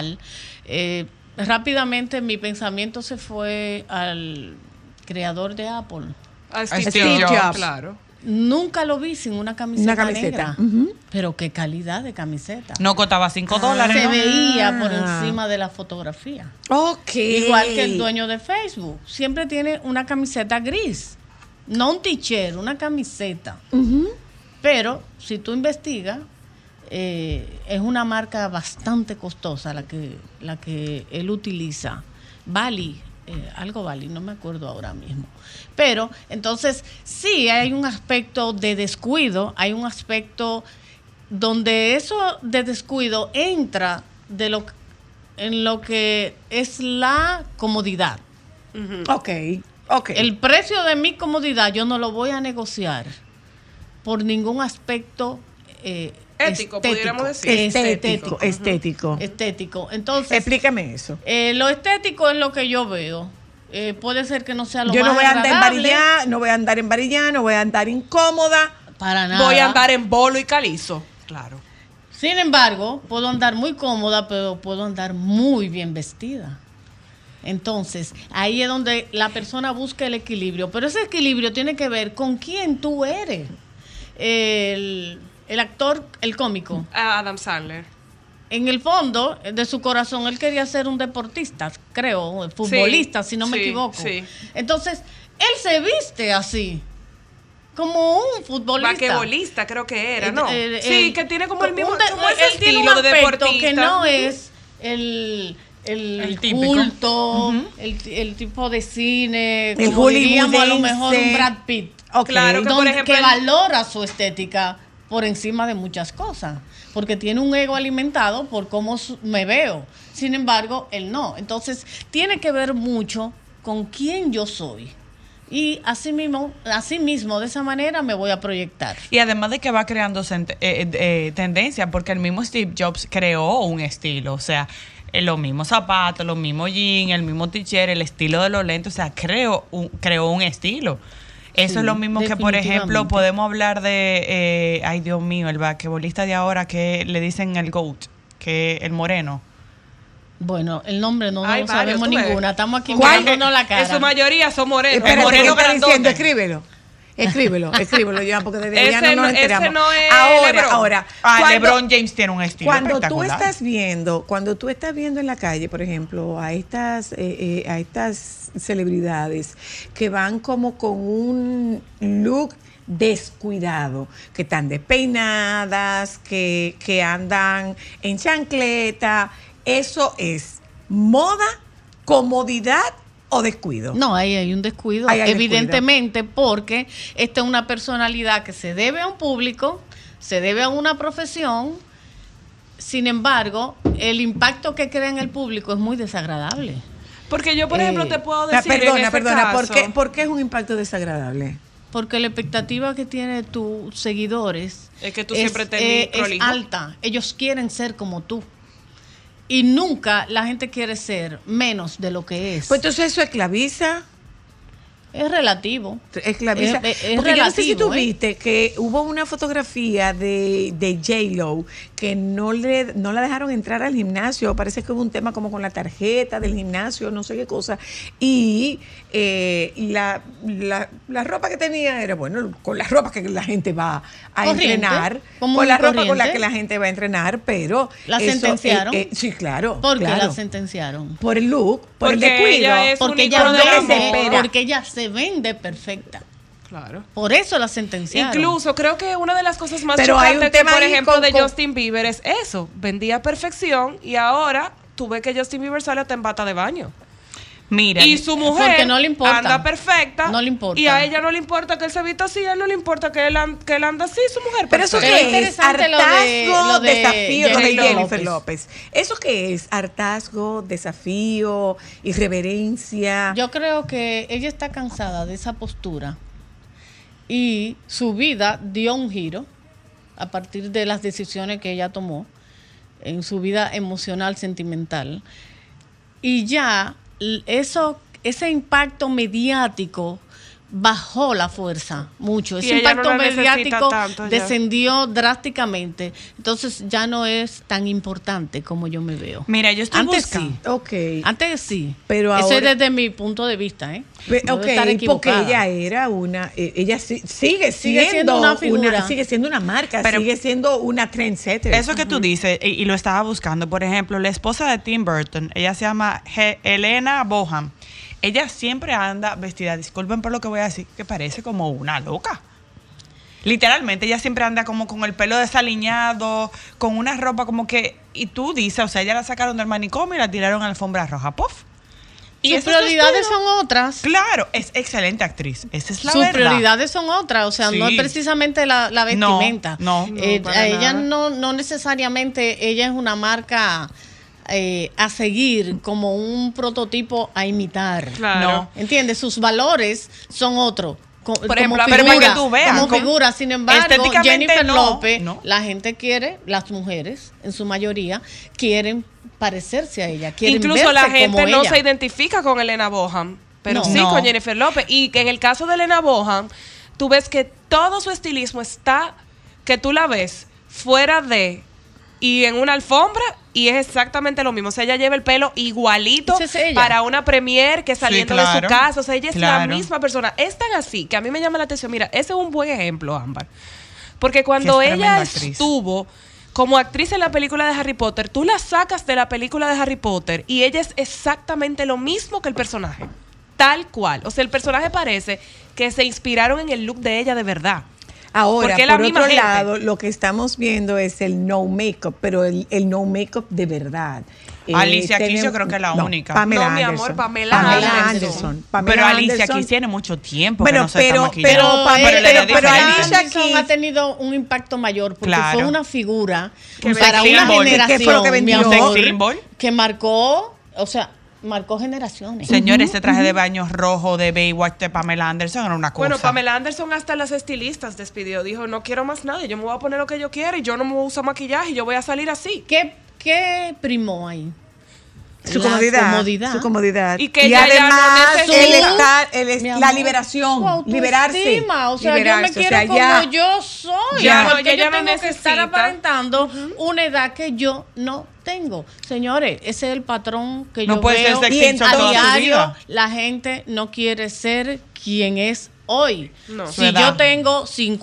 rápidamente mi pensamiento se fue al creador de Apple. A Steve Jobs, claro. Nunca lo vi sin una camiseta negra. Pero qué calidad de camiseta. No costaba $5. Se veía por encima de la fotografía. Igual que el dueño de Facebook. Siempre tiene una camiseta gris. No un t-shirt, una camiseta. Pero si tú investigas, es una marca bastante costosa la que él utiliza. Bali. Algo Bali, no me acuerdo ahora mismo. Pero, entonces, sí, hay un aspecto de descuido, hay un aspecto donde eso de descuido entra en lo que es la comodidad. El precio de mi comodidad yo no lo voy a negociar por ningún aspecto ético, pudiéramos decir. Estético. Entonces, explícame eso. Lo estético es lo que yo veo. Puede ser que no sea lo más agradable. Yo no voy a andar incómoda. Para nada. Voy a andar en bolo y calizo. Claro. Sin embargo, puedo andar muy cómoda, pero puedo andar muy bien vestida. Entonces, ahí es donde la persona busca el equilibrio. Pero ese equilibrio tiene que ver con quién tú eres. El actor, el cómico. Adam Sandler. En el fondo de su corazón, él quería ser un deportista, creo, futbolista, si no me equivoco. Sí. Entonces, él se viste así, como un futbolista. Basquetbolista, creo que era, ¿no? Sí, que tiene como el mismo él tiene un aspecto que no es el culto, el tipo de cine, como diríamos a lo mejor un Brad Pitt. Claro, que, por ejemplo, que valora su estética por encima de muchas cosas, porque tiene un ego alimentado por cómo me veo. Sin embargo, él no. Entonces, tiene que ver mucho con quién yo soy. Y así mismo, de esa manera me voy a proyectar. Y además de que va creando tendencia, porque el mismo Steve Jobs creó un estilo, o sea, los mismos zapatos, los mismos jeans, el mismo t-shirt, el estilo de los lentes, o sea, creó un estilo. Eso es lo mismo que, por ejemplo, podemos hablar de, ay Dios mío, el basquetbolista de ahora que le dicen el GOAT, que el moreno. Bueno, el nombre no lo sabemos ninguna. Estamos aquí mirándonos la cara. En su mayoría son morenos. Espérate, moreno grandote. Escríbelo ya, porque desde ya no nos enteramos. Ese no es ahora. LeBron James tiene un estilo espectacular. Cuando tú estás viendo en la calle, por ejemplo, a estas celebridades que van como con un look descuidado, que están despeinadas, que andan en chancleta, eso es moda, comodidad o descuido. No, ahí hay un descuido, evidentemente, porque esta es una personalidad que se debe a un público, se debe a una profesión. Sin embargo, el impacto que crea en el público es muy desagradable. Porque yo, por ejemplo, te puedo decir Perdona, ¿por qué es un impacto desagradable? Porque la expectativa que tienen tus seguidores es que tú siempre estés es alta. Ellos quieren ser como tú. Y nunca la gente quiere ser menos de lo que es. Pues entonces eso esclaviza. Es relativo. Esclaviza. Porque yo no sé si tú viste que hubo una fotografía de J-Lo que no la dejaron entrar al gimnasio. Parece que hubo un tema como con la tarjeta del gimnasio, no sé qué cosa. Y la ropa que tenía era, bueno, con la ropa que la gente va a entrenar. Con la ropa con la que la gente va a entrenar, pero... ¿La sentenciaron? Sí, claro. ¿Por qué la sentenciaron? Por el look, por el Porque descuido. ella es Porque un icono del amor. porque ella se vende perfecta. Claro. Por eso la sentenciaron. Incluso creo que una de las cosas más Pero hay un chocantes, tema por ahí ejemplo, con- de con- Justin Bieber es eso. Vendía perfección y ahora tú ves que Justin Bieber sale hasta en bata de baño. Mira, Y su mujer porque no le importa. anda perfecta. No le importa. Y a ella no le importa que él se vista así, a él no le importa que él anda así, su mujer Pero eso perfecta. qué es interesante hartazgo, lo de desafío, lo de Jennifer Jennifer López. López. ¿Eso qué es? Hartazgo, desafío, irreverencia. Yo creo que ella está cansada de esa postura y su vida dio un giro a partir de las decisiones que ella tomó en su vida emocional, sentimental. Y ya ese impacto mediático bajó la fuerza mucho. Ese Y ella no impacto la necesita mediático tanto ya. descendió drásticamente. Entonces ya no es tan importante como yo me veo. Mira, yo estoy Antes buscando. sí. Ok. Antes sí. Pero eso es ahora- desde mi punto de vista, ¿eh? Puedo Ok, estar porque equivocada. ella era sigue Sigue siendo siendo una figura. sigue siendo una marca, Pero- sigue siendo una trendsetter. Eso que tú dices, y lo estaba buscando, por ejemplo, la esposa de Tim Burton, ella se llama Helena Bonham. Ella siempre anda vestida, disculpen por lo que voy a decir, que parece como una loca. Literalmente, ella siempre anda como con el pelo desaliñado, con una ropa como que, y tú dices, o sea, ella la sacaron del manicomio y la tiraron a la alfombra roja, ¡puff! Sus ese es su prioridades estilo. son otras. Claro, es excelente actriz, esa es la Sus verdad. prioridades son otras, o sea, no Sí. es precisamente la vestimenta. No, para ella nada. no necesariamente, ella es una marca a seguir como un prototipo a imitar. Claro. No, ¿entiendes? Sus valores son otros. Por ejemplo, pero para que tú veas, como como- figura, sin embargo, estéticamente Jennifer no, López, no. la gente quiere, las mujeres, en su mayoría, quieren parecerse a ella, quieren Incluso la verse gente como no ella. se identifica con Elena Bonham, pero No. sí No. con Jennifer López. Y que en el caso de Elena Bonham, tú ves que todo su estilismo está, que tú la ves fuera de y en una alfombra y es exactamente lo mismo. O sea, ella lleva el pelo igualito Esa es ella. para una premiere que saliendo de claro, su casa. O sea, ella es la claro. misma persona. Es tan así que a mí me llama la atención. Mira, ese es un buen ejemplo, Ámbar. Porque cuando Que es ella tremenda actriz. estuvo como actriz en la película de Harry Potter, tú la sacas de la película de Harry Potter y ella es exactamente lo mismo que el personaje. Tal cual. O sea, el personaje parece que se inspiraron en el look de ella de verdad. Ahora, Porque es la por misma otro gente. lado, lo que estamos viendo es el no makeup, pero el no makeup de verdad. Alicia Keys tenemos- yo creo que es la no, única. Pamela No, mi Anderson. amor, Pamela Anderson. Pero Alicia Anderson. Keys tiene mucho tiempo Bueno, que no se está pero maquillando. Pamela- le da pero diferencia. Alicia Anderson Keys- ha tenido un impacto mayor porque Claro. fue una figura Que para sex una symbol. generación, ¿Qué fue lo que vendió? mi amor, Un sex symbol. que marcó, o sea, marcó generaciones. Señores, ese traje de baño rojo de Baywatch de Pamela Anderson era una cosa. Bueno, Pamela Anderson hasta las estilistas despidió. Dijo, no quiero más nada, yo me voy a poner lo que yo quiera y yo no me voy a usar maquillaje y yo voy a salir así. ¿Qué primó ahí? Su La comodidad. Su comodidad. Y que ella ya no además necesita- Mi la amor, liberación, su liberarse. autoestima, o sea, liberarse, yo me quiero ya- como yo soy. Ya, porque ella yo ya no tengo que estar necesita. aparentando una edad que yo no tengo. Señores, ese es el patrón que No yo puede ser veo sex y symbol a toda su diario. vida. La gente no quiere ser quien es hoy. No. Su Si edad. yo tengo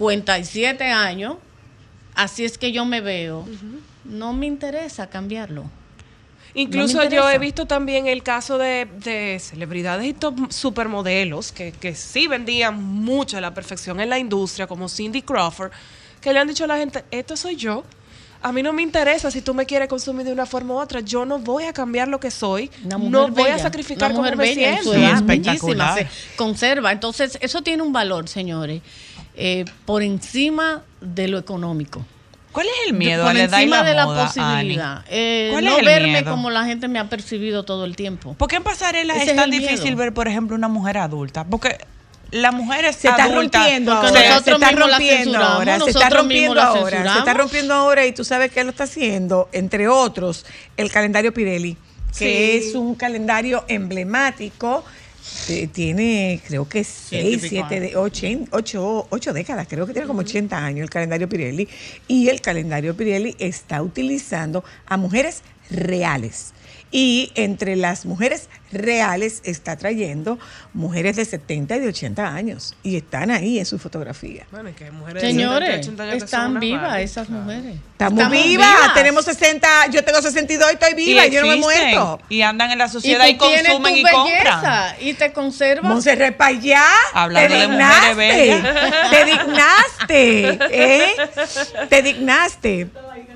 57 años, así es que yo me veo, no me interesa cambiarlo. Incluso No me yo he interesa. visto también el caso de celebridades y top supermodelos que sí vendían mucho a la perfección en la industria, como Cindy Crawford, que le han dicho a la gente, esto soy yo. A mí no me interesa si tú me quieres consumir de una forma u otra. Yo no voy a cambiar lo que soy. Una mujer No voy a bella, sacrificar una cómo mujer me bella en su siento. edad, Sí, bellísima, espectacular. se conserva. Entonces, eso tiene un valor, señores, por encima de lo económico. ¿Cuál es el miedo por a la edad y encima la de la moda, posibilidad. ¿Cuál No es el verme miedo? como la gente me ha percibido todo el tiempo. ¿Por qué en pasarela Ese es es tan el difícil miedo. ver, por ejemplo, una mujer adulta? Porque las mujeres Se está adultas... rompiendo porque ahora, nosotros se está mismos la rompiendo censuramos, ahora, se está nosotros rompiendo mismos la ahora, se está censuramos. rompiendo ahora y tú sabes que lo está haciendo, entre otros, el calendario Pirelli, que Sí. es un calendario emblemático Tiene, creo que 6, 7, 8 décadas, creo que tiene como 80 años el calendario Pirelli. Y el calendario Pirelli está utilizando a mujeres reales. Y entre las mujeres reales está trayendo mujeres de 70 y de 80 años. Y están ahí en su fotografía. Bueno, que mujeres Señores, de 70 y 80 años están vivas esas mujeres. Estamos vivas. Tenemos 60, yo tengo 62 y estoy viva y yo no me he muerto. Y andan en la sociedad y, consumen y compran. Y te conservan. Monserrat para allá. Hablando de mujeres bellas. Te dignaste. Te dignaste.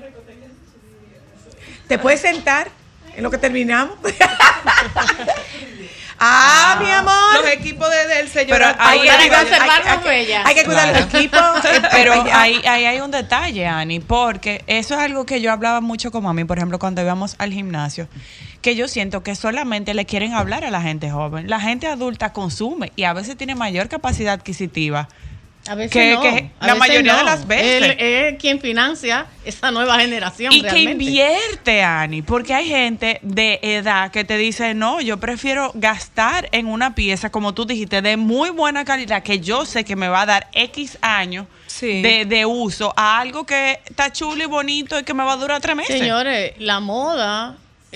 ¿Te puedes sentar en lo que terminamos? Mi amor. Los equipos del señor. Pero hay que cuidar los equipos. Pero ahí hay un detalle, Ani, porque eso es algo que yo hablaba mucho con mami, por ejemplo, cuando íbamos al gimnasio, que yo siento que solamente le quieren hablar a la gente joven. La gente adulta consume y a veces tiene mayor capacidad adquisitiva. A veces que la mayoría de las veces. Él es quien financia esa nueva generación. Y realmente. que invierte, Ani, porque hay gente de edad que te dice, no, yo prefiero gastar en una pieza, como tú dijiste, de muy buena calidad, que yo sé que me va a dar X años de uso, a algo que está chulo y bonito y que me va a durar 3 meses. Señores, la moda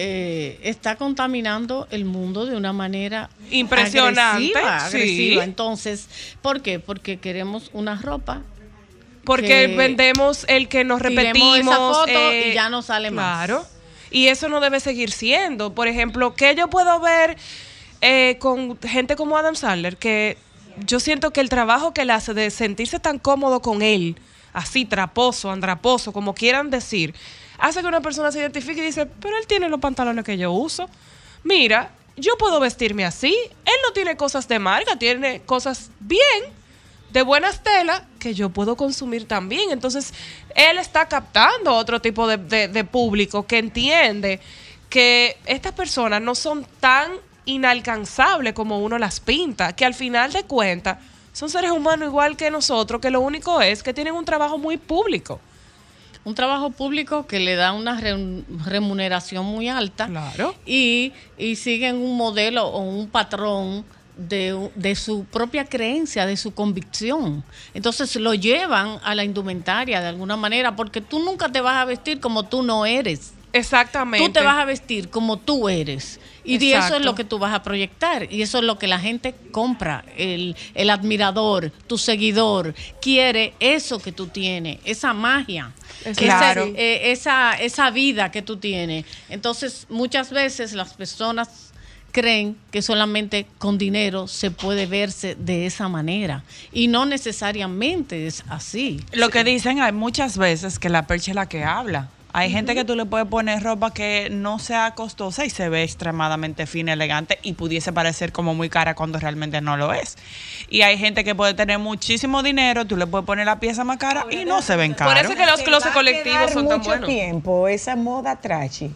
está contaminando el mundo de una manera impresionante, agresiva. Sí. Entonces, ¿por qué? Porque queremos una ropa. Porque vendemos el que nos repetimos. Esa foto y ya no sale más. Claro. Y eso no debe seguir siendo. Por ejemplo, que yo puedo ver con gente como Adam Sandler, que yo siento que el trabajo que él hace de sentirse tan cómodo con él, así traposo, andraposo, como quieran decir, hace que una persona se identifique y dice, pero él tiene los pantalones que yo uso. Mira, yo puedo vestirme así. Él no tiene cosas de marca, tiene cosas bien, de buenas telas, que yo puedo consumir también. Entonces, él está captando otro tipo de público que entiende que estas personas no son tan inalcanzables como uno las pinta, que al final de cuentas son seres humanos igual que nosotros, que lo único es que tienen un trabajo muy público. Un trabajo público que le da una remuneración muy alta. Claro. Y siguen un modelo o un patrón de su propia creencia, de su convicción. Entonces lo llevan a la indumentaria de alguna manera, porque tú nunca te vas a vestir como tú no eres. Exactamente. Tú te vas a vestir como tú eres. Y de eso es lo que tú vas a proyectar. Y eso es lo que la gente compra. El admirador, tu seguidor, quiere eso que tú tienes, esa magia. Claro. Esa vida que tú tienes. Entonces, muchas veces las personas creen que solamente con dinero se puede verse de esa manera. Y no necesariamente es así. Lo que dicen, hay muchas veces que la percha es la que habla. Hay gente que tú le puedes poner ropa que no sea costosa y se ve extremadamente fina, elegante y pudiese parecer como muy cara cuando realmente no lo es. Y hay gente que puede tener muchísimo dinero, tú le puedes poner la pieza más cara y no se ven caros. Por eso es que los closets colectivos son tan buenos. Tiempo esa moda trashy.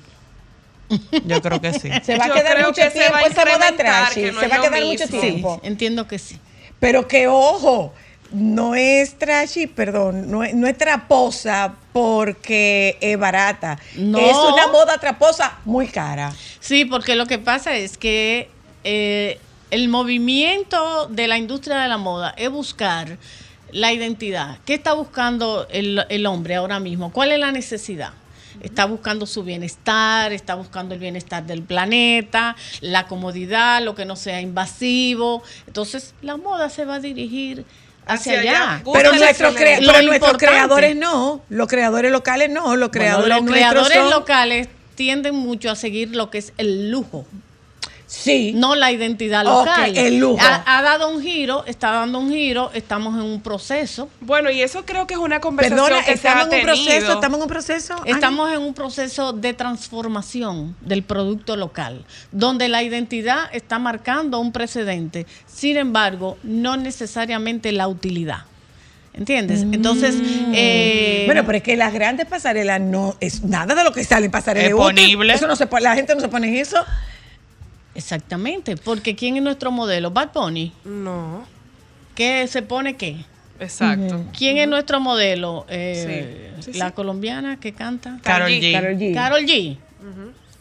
Yo creo que sí. Se va a quedar mucho tiempo esa moda trashy. Se va a quedar mucho tiempo. Sí, entiendo que sí. Pero que ojo, no es trashy, perdón, no es traposa porque es barata. No. Es una moda traposa muy cara. Sí, porque lo que pasa es que el movimiento de la industria de la moda es buscar la identidad. ¿Qué está buscando el hombre ahora mismo? ¿Cuál es la necesidad? Está buscando su bienestar, está buscando el bienestar del planeta, la comodidad, lo que no sea invasivo. Entonces, la moda se va a dirigir hacia allá. Pero nuestros creadores no, los creadores locales no, los creadores locales tienden mucho a seguir lo que es el lujo. Sí. No la identidad local. Okay, el lujo. Ha dado un giro, está dando un giro, estamos en un proceso. Bueno, y eso creo que es una conversación que estamos se ha tenido. ¿Estamos en un proceso? Estamos en un proceso de transformación del producto local, donde la identidad está marcando un precedente, sin embargo, no necesariamente la utilidad. ¿Entiendes? Entonces, bueno, pero es que las grandes pasarelas no es nada de lo que sale en pasarela. Ponible. Eso no se pone, la gente no se pone eso. Exactamente, porque ¿quién es nuestro modelo? Bad Bunny. No. ¿Qué se pone qué? Exacto. ¿Quién es nuestro modelo? Sí, la colombiana que canta. Karol G. Karol G.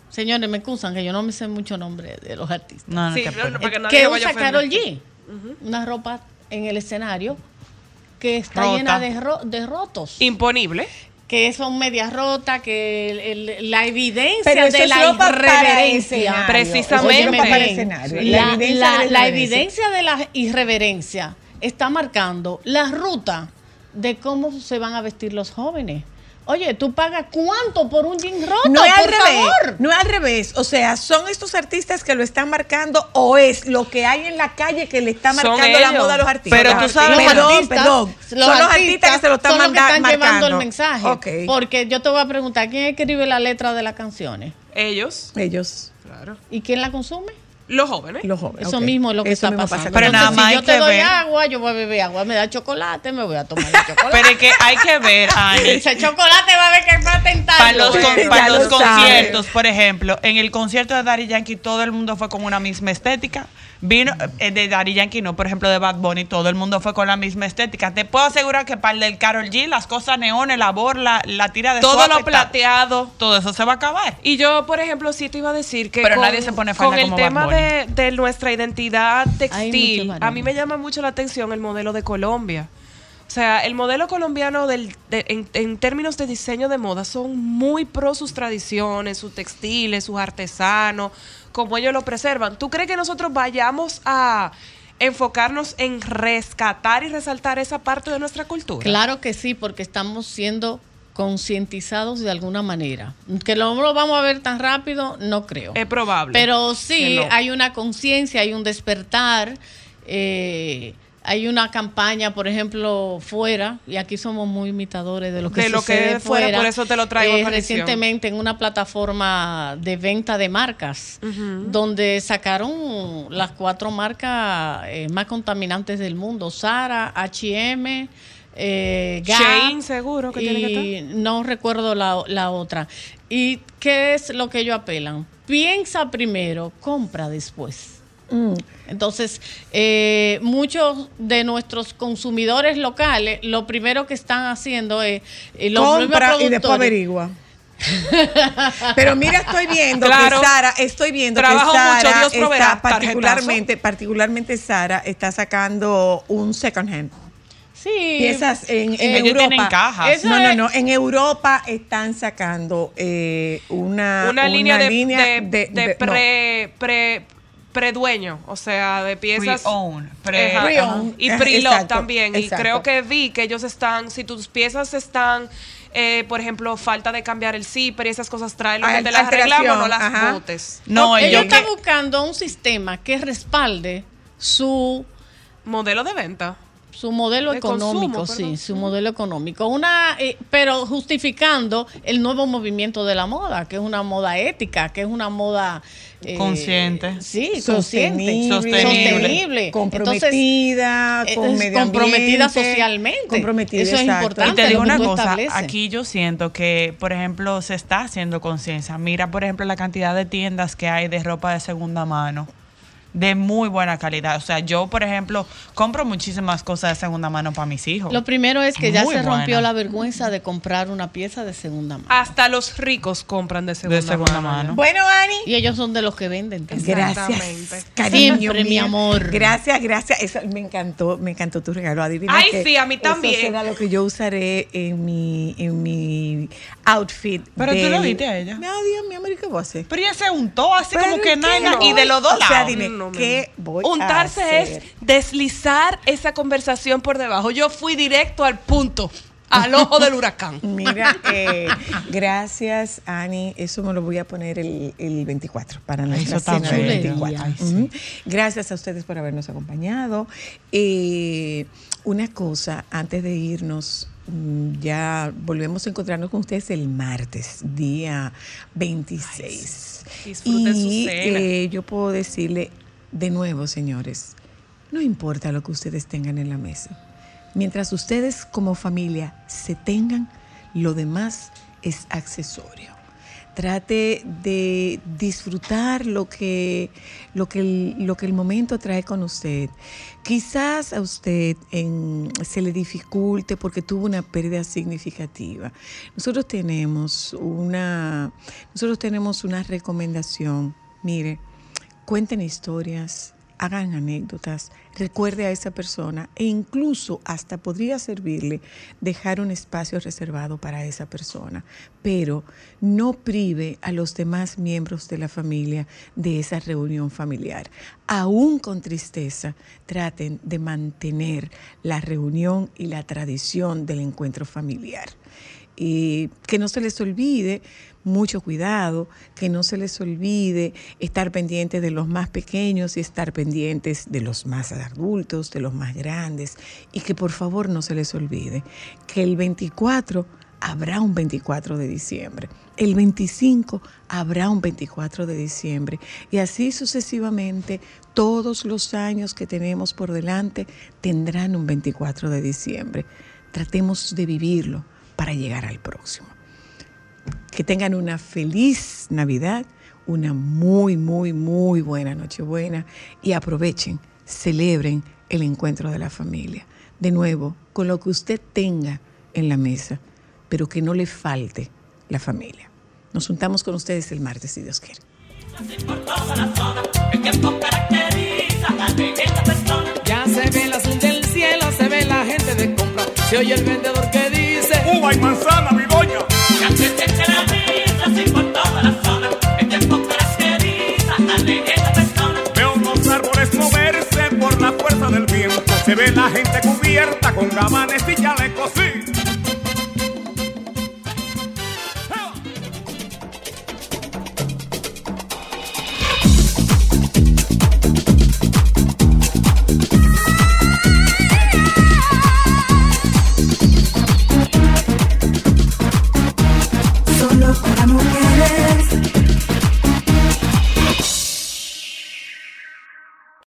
Señores, me excusan que yo no me sé mucho nombre de los artistas. No, Sí, te no, para que nadie Que me vaya a usa Karol ofender. G. Una ropa en el escenario que está Rota. llena de rotos. Imponible. Que son medias rotas, que la evidencia Pero eso de es la ropa para irreverencia. escenario. Precisamente. Eso es ropa para Bien, escenario. la evidencia de la irreverencia está marcando la ruta de cómo se van a vestir los jóvenes. Oye, ¿tú pagas cuánto por un jean roto? No es al por revés, favor. no es al revés. O sea, ¿son estos artistas que lo están marcando o es lo que hay en la calle que le está Son marcando la ellos. moda a los artistas? Pero tú sabes, perdón. Son los artistas que se lo están son los que están marcando. llevando el mensaje. Ok. Porque yo te voy a preguntar, ¿quién escribe la letra de las canciones? Ellos. Ellos, Claro. ¿Y quién la consume? Los jóvenes. los jóvenes. Eso ok. mismo es lo que Eso está mismo pasando. pasa Pero con nada Entonces, más si yo hay te que doy ver. agua, yo voy a beber agua. Me da chocolate, me voy a tomar el chocolate. Pero es que hay que ver, Ani. Ese chocolate va a ver que es para tentarlo. Para los, Ya para lo los sabe. conciertos, por ejemplo, en el concierto de Daddy Yankee todo el mundo fue con una misma estética. Vino de Daddy Yankee, no, por ejemplo, de Bad Bunny, todo el mundo fue con la misma estética. Te puedo asegurar que para el del Karol G, las cosas neones, la borla, la tira de Todo suave, lo tal, plateado. todo eso se va a acabar. Y yo, por ejemplo, sí te iba a decir que Pero nadie se pone falda con el como tema Bad Bunny. de nuestra identidad Hay textil, mucho a mí me llama mucho la atención el modelo de Colombia. O sea, el modelo colombiano en términos de diseño de moda son muy pro sus tradiciones, sus textiles, sus artesanos, como ellos lo preservan. ¿Tú crees que nosotros vayamos a enfocarnos en rescatar y resaltar esa parte de nuestra cultura? Claro que sí, porque estamos siendo concientizados de alguna manera. Que no lo vamos a ver tan rápido, no creo. Es probable. Pero sí, que no. hay una conciencia, hay un despertar. Hay una campaña, por ejemplo, fuera, y aquí somos muy imitadores de lo que sucede es fuera, por eso te lo traigo a colección. recientemente en una plataforma de venta de marcas, donde sacaron las 4 marcas más contaminantes del mundo: Zara, H&M, Gap, Shein, seguro que tiene que y estar. no recuerdo la otra. ¿Y qué es lo que ellos apelan? Piensa primero, compra después. Entonces, muchos de nuestros consumidores locales, lo primero que están haciendo es compra y después averigua. Pero mira, estoy viendo Claro. que Sara, Trabajo mucho, Dios proveerá, está particularmente Sara está sacando un second hand. Sí. Piezas en ellos Europa. tienen cajas. No. En Europa están sacando una línea de predueño, o sea, de piezas Pre-owned, Ajá, pre-owned. y pre-lot Exacto, también. exacto. Y creo que vi que ellos están, si tus piezas están, por ejemplo, falta de cambiar el zipper y esas cosas, trae lo que te las Alteración, arreglamos, no las ajá. botes. No, Ellos yo están que- buscando un sistema que respalde su Modelo de venta. modelo De económico, consumo, perdón. su modelo económico. Pero justificando el nuevo movimiento de la moda, que es una moda ética, que es una moda consciente. Sí, Sostenible, sostenible. comprometida, Entonces, con medio comprometida ambiente, socialmente. comprometida, Eso es exacto. importante. Y te digo lo que una tú cosa, estableces. aquí yo siento que, por ejemplo, se está haciendo conciencia. Mira, por ejemplo, la cantidad de tiendas que hay de ropa de segunda mano, de muy buena calidad. O sea, yo, por ejemplo, compro muchísimas cosas de segunda mano para mis hijos. Lo primero es que ya Muy se rompió buena. la vergüenza de comprar una pieza de segunda mano. Hasta los ricos compran de segunda, mano. Bueno, Ani, Y ellos son de los que venden también. gracias, Exactamente. cariño Siempre, mi mío. amor. Gracias. Eso me encantó tu regalo. Adivina Ay, que sí, a mí eso también. será lo que yo usaré en mi outfit. Pero tú lo viste a ella. No, Dios mío, ¿qué voy a hacer? Pero ella se untó así Pero como que ¿qué nada voy? y de los dos O sea, lados. dime, No, ¿qué voy a Untarse hacer? es deslizar esa conversación por debajo. Yo fui directo al punto, al ojo del huracán. Mira, gracias, Ani. Eso me lo voy a poner el 24 para nuestra eso está cena del bello. 24. Ay, sí. Ujú. Gracias a ustedes por habernos acompañado. Una cosa, antes de irnos, ya volvemos a encontrarnos con ustedes el martes, día 26. Disfruten su Y cena. yo puedo decirle de nuevo, señores, no importa lo que ustedes tengan en la mesa. Mientras ustedes como familia se tengan, lo demás es accesorio. Trate de disfrutar lo que el momento trae con usted. Quizás a usted se le dificulte porque tuvo una pérdida significativa. Nosotros tenemos una recomendación. Mire, cuenten historias, hagan anécdotas, recuerde a esa persona e incluso hasta podría servirle dejar un espacio reservado para esa persona, pero no prive a los demás miembros de la familia de esa reunión familiar. Aún con tristeza, traten de mantener la reunión y la tradición del encuentro familiar. Y que no se les olvide, mucho cuidado, que no se les olvide estar pendientes de los más pequeños y estar pendientes de los más adultos, de los más grandes, y que por favor no se les olvide que el 24 habrá un 24 de diciembre, el 25 habrá un 24 de diciembre, y así sucesivamente todos los años que tenemos por delante tendrán un 24 de diciembre. Tratemos de vivirlo para llegar al próximo. Que tengan una feliz Navidad, una muy, muy, muy buena Nochebuena y aprovechen, celebren el encuentro de la familia. De nuevo, con lo que usted tenga en la mesa, pero que no le falte la familia. Nos juntamos con ustedes el martes, si Dios quiere. Ya se ve el azul del cielo, se ve la gente de compra, se oye el vendedor que dice: uva y manzana, mi doña. Ya se siente la brisa, así por toda la zona, el tiempo caracteriza a esta persona. Veo unos árboles moverse por la fuerza del viento, se ve la gente cubierta con gabanes y chalecos, sí. Solo para mujeres.